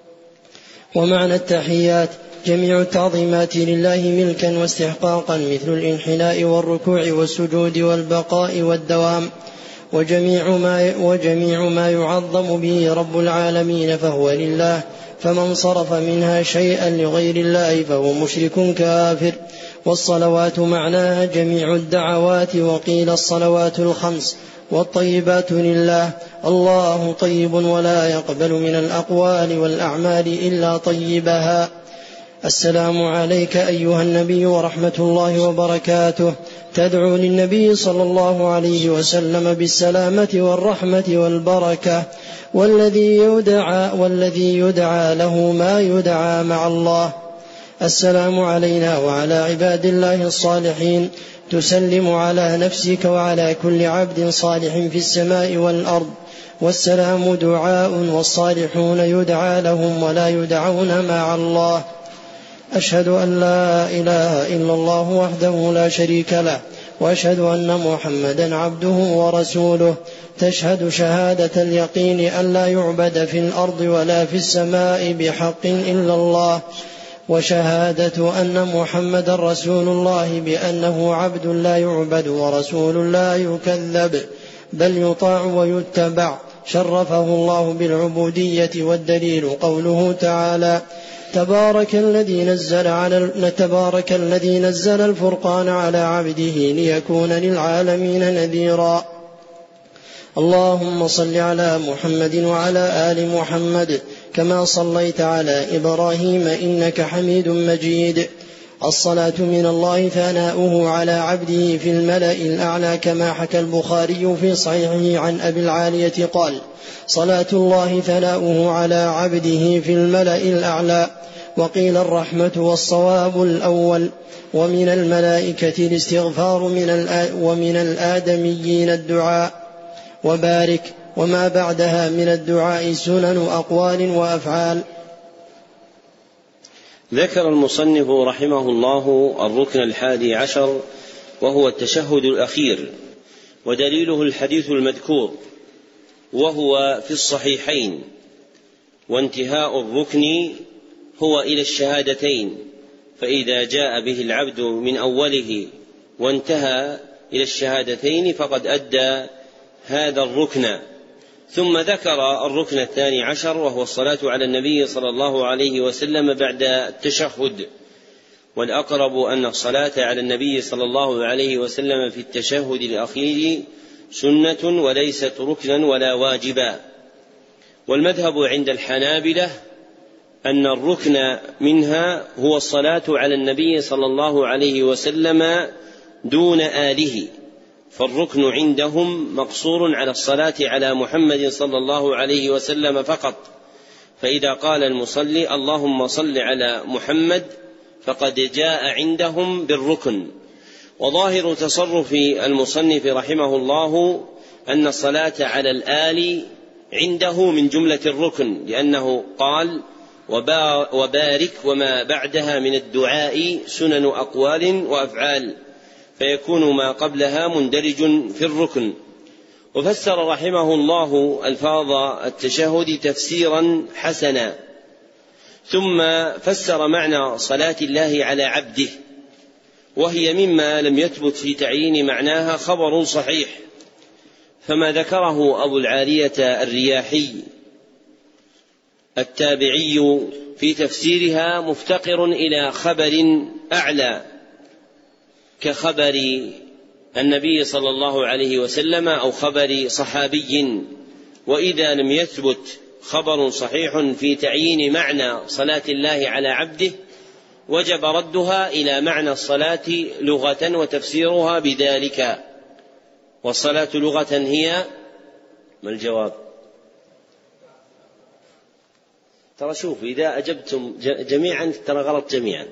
ومعنى التحيات جميع التعظيمات لله ملكا واستحقاقا مثل الانحناء والركوع والسجود والبقاء والدوام وجميع ما, وجميع ما يعظم به رب العالمين فهو لله، فمن صرف منها شيئا لغير الله فهو مشرك كافر. والصلوات معناها جميع الدعوات، وقيل الصلوات الخمس. والطيبات لله، الله طيب ولا يقبل من الأقوال والأعمال إلا طيبها. السلام عليك أيها النبي ورحمة الله وبركاته. تدعو للنبي صلى الله عليه وسلم بالسلامة والرحمة والبركة، والذي يدعى, والذي يدعى له ما يدعى مع الله. السلام علينا وعلى عباد الله الصالحين. تسلم على نفسك وعلى كل عبد صالح في السماء والأرض. والسلام دعاء، والصالحون يدعى لهم ولا يدعون مع الله. أشهد أن لا إله إلا الله وحده لا شريك له، وأشهد أن محمدا عبده ورسوله. تشهد شهادة اليقين أن لا يعبد في الأرض ولا في السماء بحق إلا الله، وشهادة أن محمدا رسول الله بأنه عبد لا يعبد ورسول لا يكذب بل يطاع ويتبع. شرفه الله بالعبودية، والدليل قوله تعالى: تبارك الذي نزل على تبارك الذي نزل الفرقان على عبده ليكون للعالمين نذيرا. اللهم صل على محمد وعلى آل محمد كما صليت على إبراهيم إنك حميد مجيد. الصلاة من الله ثناؤه على عبده في الملأ الأعلى، كما حكى البخاري في صحيحه عن أبي العالية قال: صلاة الله ثناؤه على عبده في الملأ الأعلى. وقيل الرحمة والصواب الأول. ومن الملائكة الاستغفار ومن الآدميين الدعاء. وبارك. وما بعدها من الدعاء سنن أقوال وأفعال. ذكر المصنف رحمه الله الركن الحادي عشر، وهو التشهد الأخير، ودليله الحديث المذكور وهو في الصحيحين. وانتهاء الركن هو إلى الشهادتين، فإذا جاء به العبد من أوله وانتهى إلى الشهادتين فقد أدى هذا الركن. ثم ذكر الركن الثاني عشر، وهو الصلاة على النبي صلى الله عليه وسلم بعد التشهد. والأقرب أن الصلاة على النبي صلى الله عليه وسلم في التشهد الأخير سنة وليست ركنا ولا واجبا. والمذهب عند الحنابلة أن الركن منها هو الصلاة على النبي صلى الله عليه وسلم دون آله، فالركن عندهم مقصور على الصلاة على محمد صلى الله عليه وسلم فقط. فإذا قال المصلي اللهم صل على محمد فقد جاء عندهم بالركن. وظاهر تصرف المصنف رحمه الله أن الصلاة على الآل عنده من جملة الركن، لأنه قال وبارك وما بعدها من الدعاء سنن أقوال وأفعال، فيكون ما قبلها مندرج في الركن. وفسر رحمه الله ألفاظ التشهد تفسيرا حسنا، ثم فسر معنى صلاة الله على عبده، وهي مما لم يثبت في تعيين معناها خبر صحيح. فما ذكره أبو العالية الرياحي التابعي في تفسيرها مفتقر إلى خبر أعلى كخبر النبي صلى الله عليه وسلم أو خبر صحابي. وإذا لم يثبت خبر صحيح في تعيين معنى صلاة الله على عبده وجب ردها إلى معنى الصلاة لغة وتفسيرها بذلك. والصلاة لغة هي ما الجواب؟ ترى شوف، إذا أجبتم جميعا ترى غلط جميعا،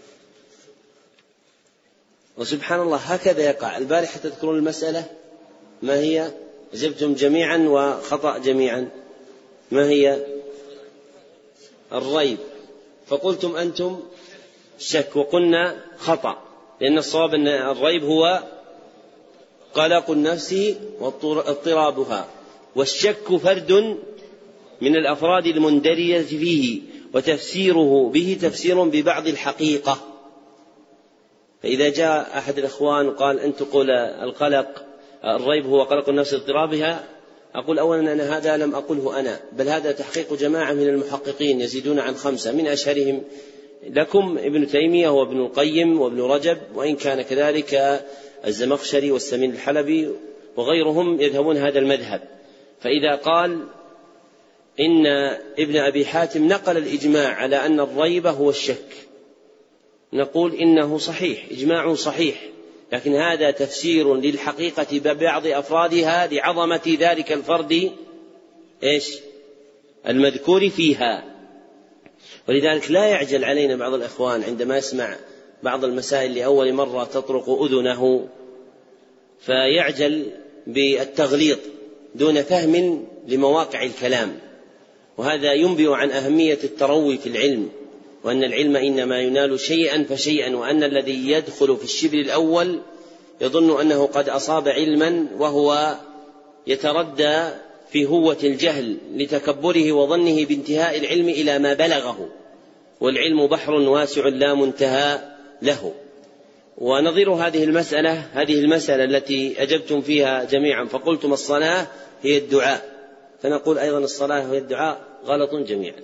وسبحان الله هكذا يقع. البارحة تذكرون المسألة ما هي؟ أجبتم جميعا وخطأ جميعا. ما هي؟ الريب. فقلتم أنتم شك، وقلنا خطأ، لأن الصواب أن الريب هو قلق النفس واضطرابها، والشك فرد من الأفراد المندرجة فيه، وتفسيره به تفسير ببعض الحقيقة. فإذا جاء أحد الإخوان وقال أن تقول القلق الريب هو قلق النفس واضطرابها، أقول أولا أن هذا لم أقله أنا، بل هذا تحقيق جماعة من المحققين يزيدون عن خمسة، من أشهرهم لكم ابن تيمية وابن القيم وابن رجب، وإن كان كذلك الزمخشري والسمين الحلبي وغيرهم يذهبون هذا المذهب. فإذا قال إن ابن أبي حاتم نقل الإجماع على أن الريب هو الشك، نقول إنه صحيح، إجماع صحيح، لكن هذا تفسير للحقيقة ببعض أفرادها لعظمة ذلك الفرد إيش المذكور فيها. ولذلك لا يعجل علينا بعض الإخوان عندما يسمع بعض المسائل لأول مرة تطرق أذنه فيعجل بالتغليط دون فهم لمواقع الكلام، وهذا ينبئ عن أهمية التروي في العلم، وأن العلم إنما ينال شيئا فشيئا، وأن الذي يدخل في الشبر الأول يظن أنه قد أصاب علما وهو يتردى في هوة الجهل لتكبره وظنه بانتهاء العلم إلى ما بلغه، والعلم بحر واسع لا منتهى له. ونظير هذه المسألة هذه المسألة التي أجبتم فيها جميعا فقلتم الصلاة هي الدعاء، فنقول أيضا الصلاة هي الدعاء، غلط جميعا.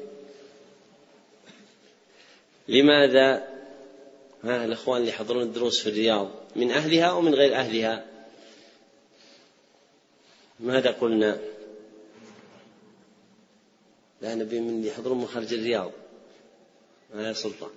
لماذا؟ ها الأخوان اللي يحضرون الدروس في الرياض من أهلها أو من غير أهلها؟ ماذا قلنا؟ لا نبي من اللي يحضرون من خارج الرياض. يا سلطان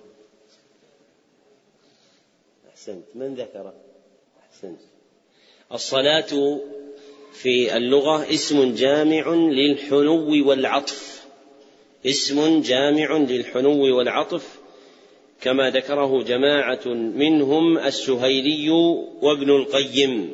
أحسنت، من ذكر؟ أحسنت. الصلاة في اللغة اسم جامع للحنو والعطف، اسم جامع للحنو والعطف، كما ذكره جماعة منهم السهيلي وابن القيم،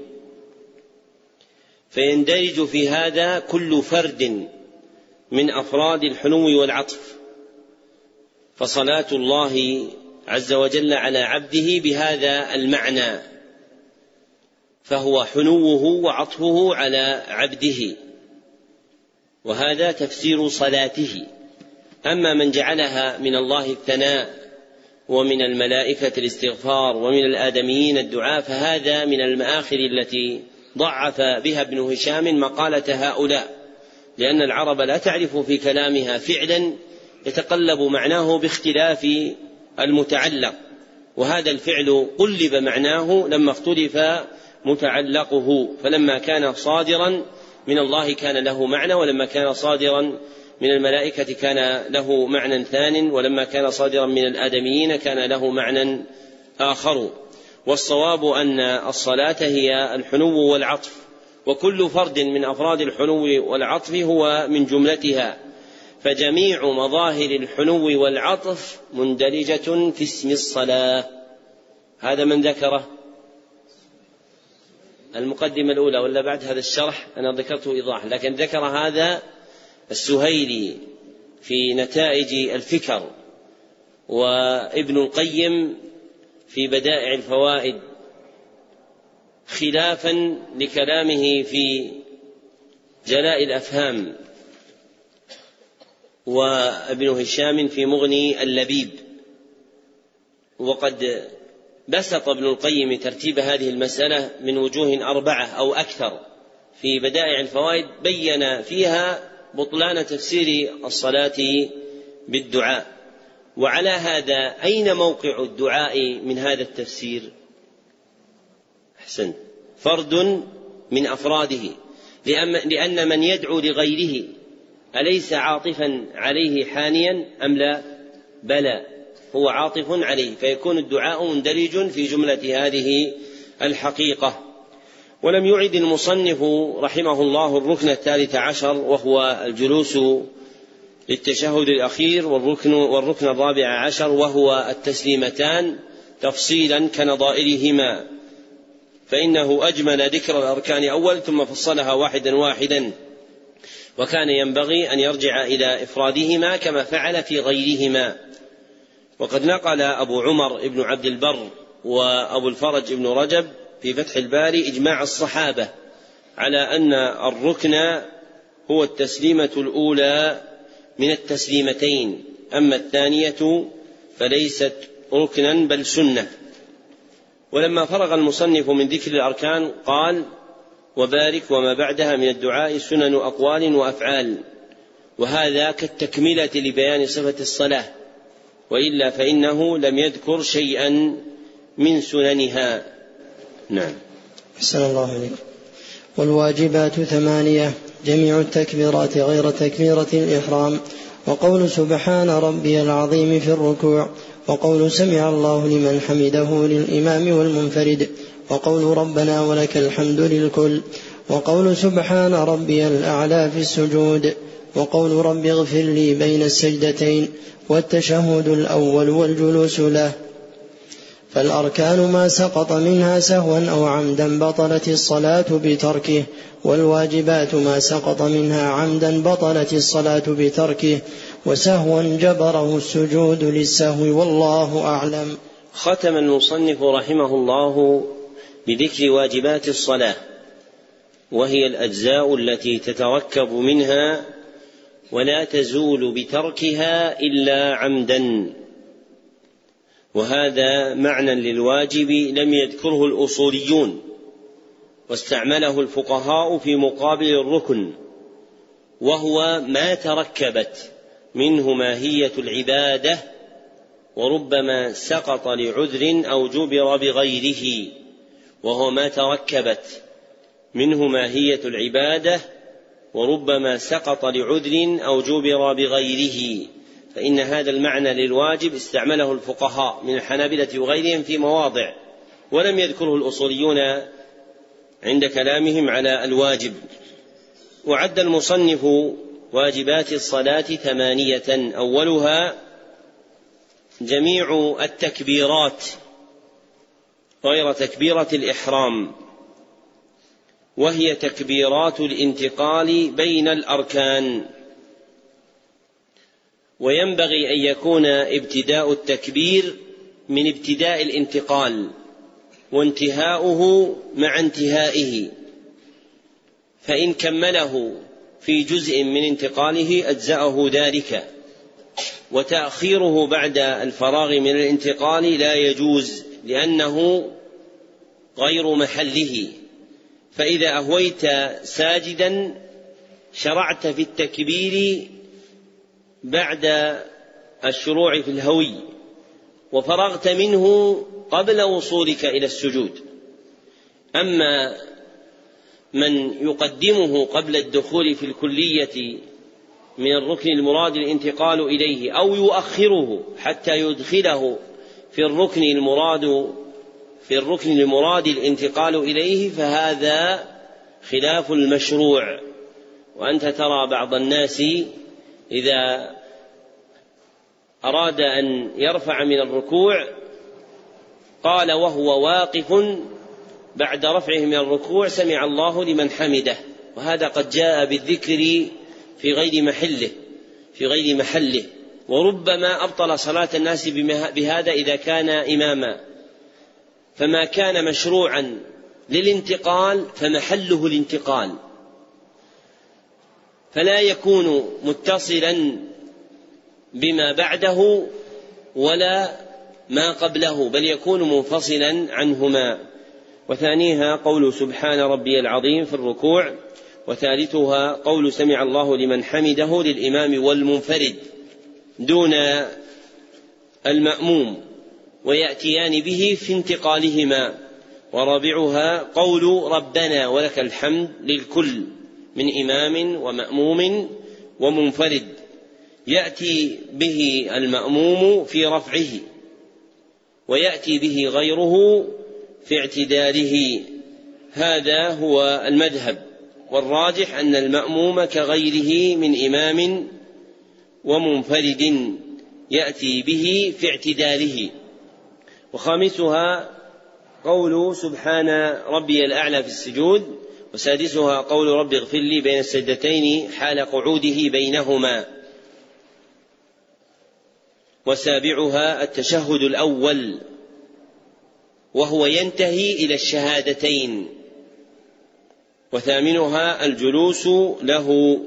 فيندرج في هذا كل فرد من أفراد الحنو والعطف. فصلاة الله عز وجل على عبده بهذا المعنى، فهو حنوه وعطفه على عبده، وهذا تفسير صلاته. أما من جعلها من الله الثناء ومن الملائكة الاستغفار ومن الآدميين الدعاء، فهذا من المآخذ التي ضعف بها ابن هشام مقالة هؤلاء، لأن العرب لا تعرف في كلامها فعلا يتقلب معناه باختلاف المتعلق، وهذا الفعل قلب معناه لما اختلف متعلقه، فلما كان صادرا من الله كان له معنى، ولما كان صادرا من الملائكة كان له معنى ثان، ولما كان صادرا من الآدميين كان له معنى آخر. والصواب أن الصلاة هي الحنو والعطف، وكل فرد من أفراد الحنو والعطف هو من جملتها، فجميع مظاهر الحنو والعطف مندرجة في اسم الصلاة. هذا من ذكره المقدمة الأولى، ولا بعد هذا الشرح أنا ذكرته إيضاح، لكن ذكر هذا السهيلي في نتائج الفكر، وابن القيم في بدائع الفوائد، خلافا لكلامه في جلاء الأفهام، وابن هشام في مغني اللبيب. وقد بسط ابن القيم ترتيب هذه المسألة من وجوه أربعة أو أكثر في بدائع الفوائد، بين فيها بطلان تفسير الصلاة بالدعاء. وعلى هذا أين موقع الدعاء من هذا التفسير؟ أحسن، فرد من أفراده، لأن من يدعو لغيره أليس عاطفا عليه حانيا أم لا؟ بلى، هو عاطف عليه، فيكون الدعاء مندرج في جملة هذه الحقيقة. ولم يعد المصنف رحمه الله الركن الثالث عشر، وهو الجلوس للتشهد الأخير، والركن, والركن الرابع عشر وهو التسليمتان، تفصيلا كنظائرهما، فإنه أجمل ذكر الأركان أول ثم فصلها واحدا واحدا. وكان ينبغي أن يرجع إلى إفرادهما كما فعل في غيرهما. وقد نقل أبو عمر بن عبد البر وأبو الفرج بن رجب في فتح الباري إجماع الصحابة على أن الركن هو التسليمة الأولى من التسليمتين، أما الثانية فليست ركنا بل سنة. ولما فرغ المصنف من ذكر الأركان قال: وبارك وما بعدها من الدعاء سنن أقوال وأفعال، وهذا كالتكملة لبيان صفة الصلاة، وإلا فإنه لم يذكر شيئا من سننها. نعم. أحسن الله عليكم. والواجبات ثمانية، جميع التكبيرات غير تكبيرة الإحرام، وقول سبحان ربي العظيم في الركوع، وقول سمع الله لمن حمده للإمام والمنفرد، وقول ربنا ولك الحمد للكل، وقول سبحان ربي الأعلى في السجود، وقول رب اغفر لي بين السجدتين، والتشهد الأول والجلوس له. فالأركان ما سقط منها سهوا أو عمدا بطلت الصلاة بتركه، والواجبات ما سقط منها عمدا بطلت الصلاة بتركه، وسهوا جبره السجود للسهو، والله أعلم. ختم المصنف رحمه الله بذكر واجبات الصلاة، وهي الأجزاء التي تتركب منها ولا تزول بتركها إلا عمدا، وهذا معنى للواجب لم يذكره الأصوليون، واستعمله الفقهاء في مقابل الركن، وهو ما تركبت منه ماهية العبادة، وربما سقط لعذر أو جبر بغيره. وهو ما تركبت منه ماهية العبادة وربما سقط لعذر أو جبر بغيره، فإن هذا المعنى للواجب استعمله الفقهاء من الحنابلة وغيرهم في مواضع، ولم يذكره الأصوليون عند كلامهم على الواجب. وعد المصنف واجبات الصلاة ثمانية، أولها جميع التكبيرات غير تكبيرة الإحرام، وهي تكبيرات الانتقال بين الأركان. وينبغي أن يكون ابتداء التكبير من ابتداء الانتقال، وانتهاؤه مع انتهائه، فإن كمله في جزء من انتقاله أجزأه ذلك، وتأخيره بعد الفراغ من الانتقال لا يجوز لأنه غير محله. فإذا أهويت ساجدا شرعت في التكبير بعد الشروع في الهوي، وفرغت منه قبل وصولك إلى السجود. أما من يقدمه قبل الدخول في الكلية من الركن المراد الانتقال إليه، أو يؤخره حتى يدخله في الركن المراد في الركن المراد الانتقال إليه، فهذا خلاف المشروع. وأنت ترى بعض الناس إذا أراد أن يرفع من الركوع قال وهو واقف بعد رفعه من الركوع سمع الله لمن حمده، وهذا قد جاء بالذكر في غير محله في غير محله وربما أبطل صلاة الناس بهذا إذا كان إماما. فما كان مشروعا للانتقال فمحله الانتقال، فلا يكون متصلا بما بعده ولا ما قبله، بل يكون منفصلا عنهما. وثانيها قول سبحان ربي العظيم في الركوع، وثالثها قول سمع الله لمن حمده للإمام والمنفرد دون المأموم، ويأتيان به في انتقالهما. ورابعها قول ربنا ولك الحمد للكل من إمام ومأموم ومنفرد، يأتي به المأموم في رفعه ويأتي به غيره في اعتداله. هذا هو المذهب، والراجح أن المأموم كغيره من إمام ومنفرد يأتي به في اعتداله. وخامسها قول سبحان ربي الأعلى في السجود، وسادسها قول رب اغفر لي بين السجدتين حال قعوده بينهما. وسابعها التشهد الأول وهو ينتهي إلى الشهادتين. وثامنها الجلوس له.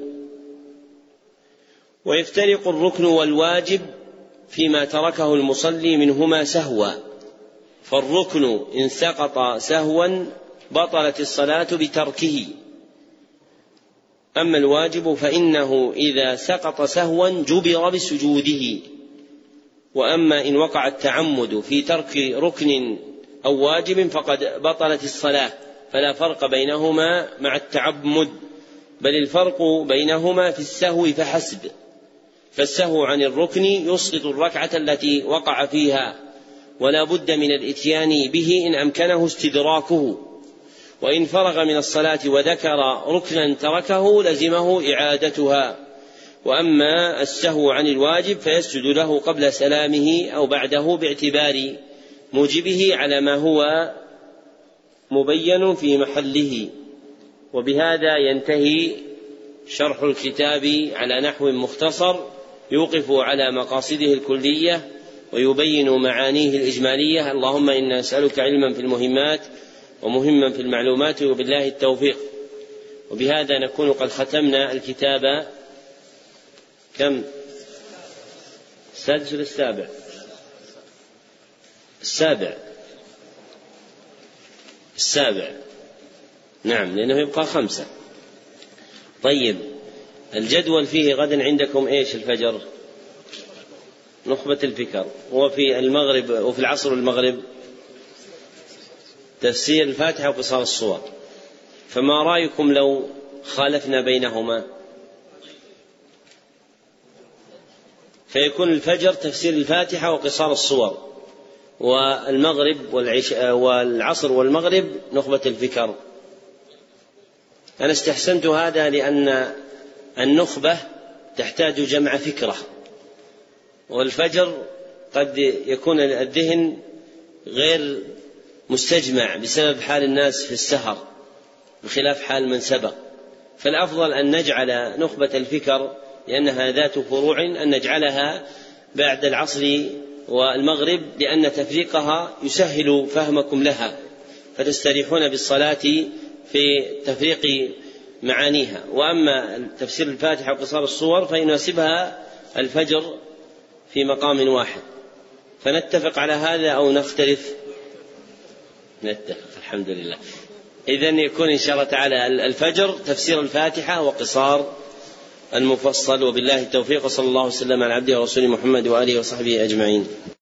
ويفترق الركن والواجب فيما تركه المصلي منهما سهوا، فالركن إن سقط سهوا بطلت الصلاة بتركه، أما الواجب فإنه إذا سقط سهوا جبر بسجوده. وأما إن وقع التعمد في ترك ركن أو واجب فقد بطلت الصلاة، فلا فرق بينهما مع التعمد، بل الفرق بينهما في السهو فحسب. فالسهو عن الركن يسقط الركعة التي وقع فيها، ولا بد من الإتيان به إن أمكنه استدراكه. وإن فرغ من الصلاة وذكر ركنا تركه لزمه إعادتها. وأما السهو عن الواجب فيسجد له قبل سلامه أو بعده باعتبار موجبه على ما هو مبين في محله. وبهذا ينتهي شرح الكتاب على نحو مختصر يوقف على مقاصده الكلية ويبين معانيه الإجمالية. اللهم إنا نسألك علما في المهمات ومهما في المعلومات، وبالله التوفيق. وبهذا نكون قد ختمنا الكتاب. كم؟ السادس ولا السابع؟ السابع السابع نعم، لأنه يبقى خمسة. طيب، الجدول فيه غدا عندكم إيش؟ الفجر نخبة الفكر، وفي المغرب وفي العصر والمغرب تفسير الفاتحة وقصار الصور. فما رأيكم لو خالفنا بينهما؟ فيكون الفجر تفسير الفاتحة وقصار الصور، والمغرب والعصر والمغرب نخبة الفكر. أنا استحسنت هذا لأن النخبة تحتاج جمع فكرة، والفجر قد يكون الذهن غير مستجمع بسبب حال الناس في السهر بخلاف حال من سبق. فالأفضل أن نجعل نخبة الفكر لأنها ذات فروع أن نجعلها بعد العصر والمغرب، لأن تفريقها يسهل فهمكم لها فتستريحون بالصلاة في تفريق معانيها. وأما تفسير الفاتحة وقصار الصور فيناسبها الفجر في مقام واحد. فنتفق على هذا أو نختلف؟ نتفق، الحمد لله. إذن يكون إن شاء الله تعالى الفجر تفسير الفاتحة وقصار المفصل. وبالله التوفيق، وصلى الله وسلم على عبده ورسوله محمد وآله وصحبه أجمعين.